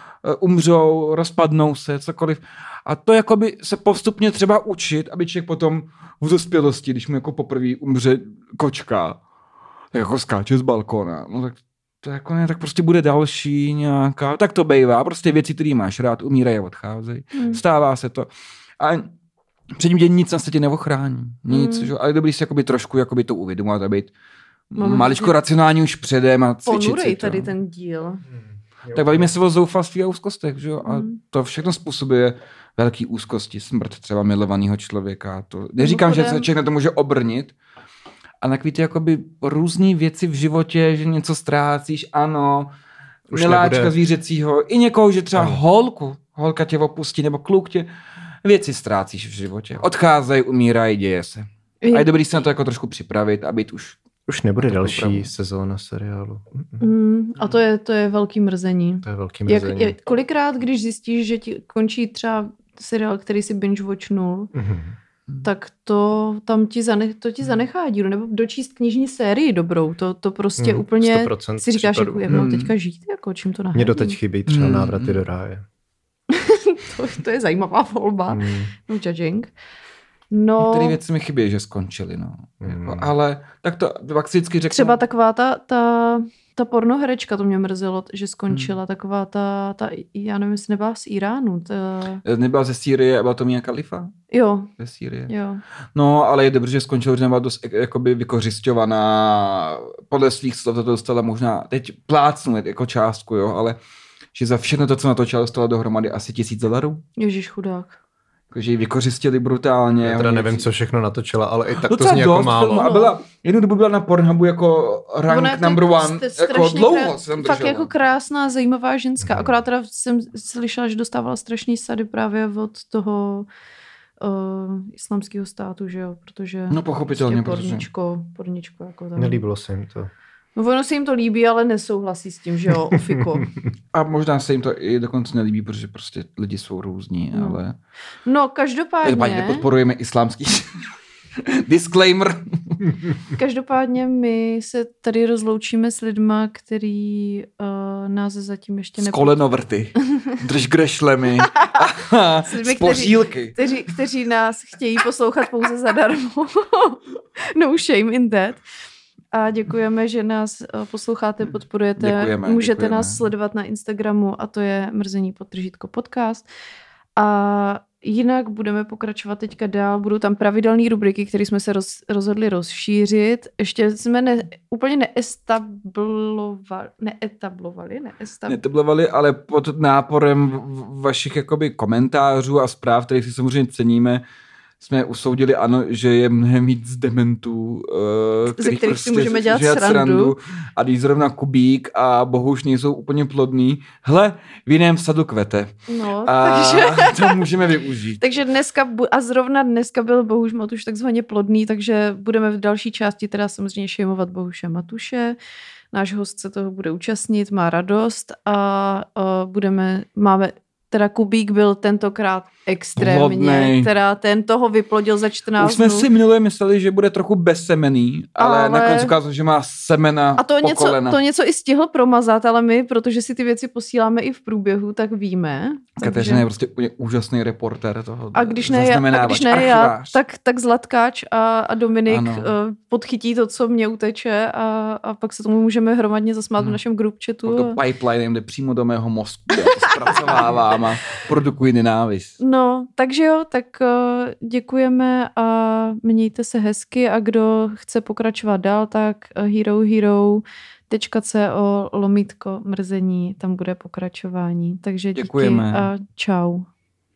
umřou, rozpadnou se, cokoliv. A to jakoby se postupně třeba učit, aby člověk potom v dospělosti, když mu jako poprvé umře kočka, tak jako skáče z balkona. No tak to jako ne, tak prostě bude další nějaká, tak to bejvá. Prostě věci, které máš rád, umírají a odcházejí. Hmm. Stává se to. A předtím tě nic na světě neochrání. Nic, hmm. že? Ale dobrý si jakoby trošku jakoby to uvědomovat a být Mám maličko tě... racionální už předem a cvičit Ponurej si to. tady ten díl. Hmm. Tak bavíme se o zoufalství a úzkostech, že jo? A hmm. to všechno způsobuje velký úzkosti, smrt třeba milovaného člověka. To... Neříkám, že se člověk na to může obrnit, a takový ty jakoby různý věci v životě, že něco ztrácíš, ano, už miláčka nebude... zvířecího, i někoho, že třeba ano. holku, holka tě opustí, nebo kluk tě, věci ztrácíš v životě. Odcházejí, umírají, děje se. A je dobrý se na to jako trošku připravit a být už... Už nebude další pravu. Sezóna seriálu. Mm, a to je, to je velký mrzení. To je velký mrzení. Jak, jak, kolikrát, když zjistíš, že ti končí třeba seriál, který si binge watchnul, mm-hmm. tak to tam ti, zane, to ti zanechá díru. Nebo dočíst knižní sérii dobrou. To, to prostě mm, úplně si říkáš, jak, jak mám teďka žít, jako čím to nahradí. Mně doteď chybí třeba mm. návraty do ráje. to, to je zajímavá volba. Mm. No judging. No, některé věci mi chybí, že skončily, no. Mm. Jako, ale tak to pak si vždycky řeknu. Třeba taková ta, ta, ta pornoherečka, to mě mrzelo, že skončila. Hmm. Taková ta, ta, já nevím, jestli nebyla z Iránu. Ta... Nebyla ze Sýrie a byla to Mia Khalifa? Jo. Ze Sýrie. Jo. No, ale je dobře, že skončila, že nebyla dost jakoby vykořisťovaná. Podle svých slov to dostala možná, teď plácnu jako částku, jo, ale že za všechno to, co natočila, dostala dohromady asi tisíc dolarů. Ježiš, chudák. Takže ji vykořistili brutálně. Já teda nevím, co všechno natočila, ale i tak no to zní jako málo. A byla, jednu dobu byla na Pornhubu jako rank number one. Jako dlouho jsem držela. Fakt jako krásná, zajímavá ženská. Akorát teda jsem slyšela, že dostávala strašný sady právě od toho uh, islamského státu, že jo, protože no pochopitelně, prostě porničko, protože... porničko jako tam. Nelíbilo se jim to. No ono se jim to líbí, ale nesouhlasí s tím, že jo, ofiko. A možná se jim to i dokonce nelíbí, protože prostě lidi jsou různí, no. ale... No, každopádně... Každopádně nepodporujeme islámský... Disclaimer. Každopádně my se tady rozloučíme s lidma, který uh, nás zatím ještě nepod... Z kolenovrty. Drž grešlemi. Spořílky. Kteří, kteří, kteří nás chtějí poslouchat pouze zadarmo. No shame in that. A děkujeme, že nás posloucháte, podporujete. Děkujeme, Můžete děkujeme. nás sledovat na Instagramu a to je mrzení podtržítko podcast. A jinak budeme pokračovat teďka dál. Budou tam pravidelné rubriky, které jsme se roz, rozhodli rozšířit. Ještě jsme ne, úplně neestablovali, neetablovali, neestab... neetablovali, ale pod náporem vašich jakoby komentářů a zpráv, kterých si samozřejmě ceníme, jsme usoudili, ano, že je mnohem víc dementů, uh, ze kterých prostě si můžeme dělat srandu. srandu. A když zrovna Kubík a Bohuš nejsou úplně plodný, hle, v jiném sadu kvete. No, a takže... to můžeme využít. Takže dneska, a zrovna dneska byl Bohuš Matuš takzvaně plodný, takže budeme v další části teda samozřejmě šejmovat Bohuše Matuše. Náš host se toho bude účastnit, má radost a uh, budeme, máme... Teda Kubík byl tentokrát extrémně, Plodnej. Teda ten toho vyplodil za čtrnáct Už jsme dnů. si minule mysleli, že bude trochu bezsemený, ale, ale... nakonec ukázalo, že má semena a to po něco, kolena. to něco i stihl promazat, ale my, protože si ty věci posíláme i v průběhu, tak víme. Kateřina takže... je prostě úplně úžasný reportér toho. A když ne, a když ne já, tak, tak Zlatkáč a, a Dominik ano. podchytí to, co mě uteče a, a pak se tomu můžeme hromadně zasmát hmm. v našem group chatu. To pipeline jde přímo do mého mozku, já to zpracovávám a produkuji nenávist. No, takže jo, tak uh, děkujeme a mějte se hezky a kdo chce pokračovat dál, tak hero hero tečka co lomítko mrzení, tam bude pokračování. Takže díky děkujeme. A čau.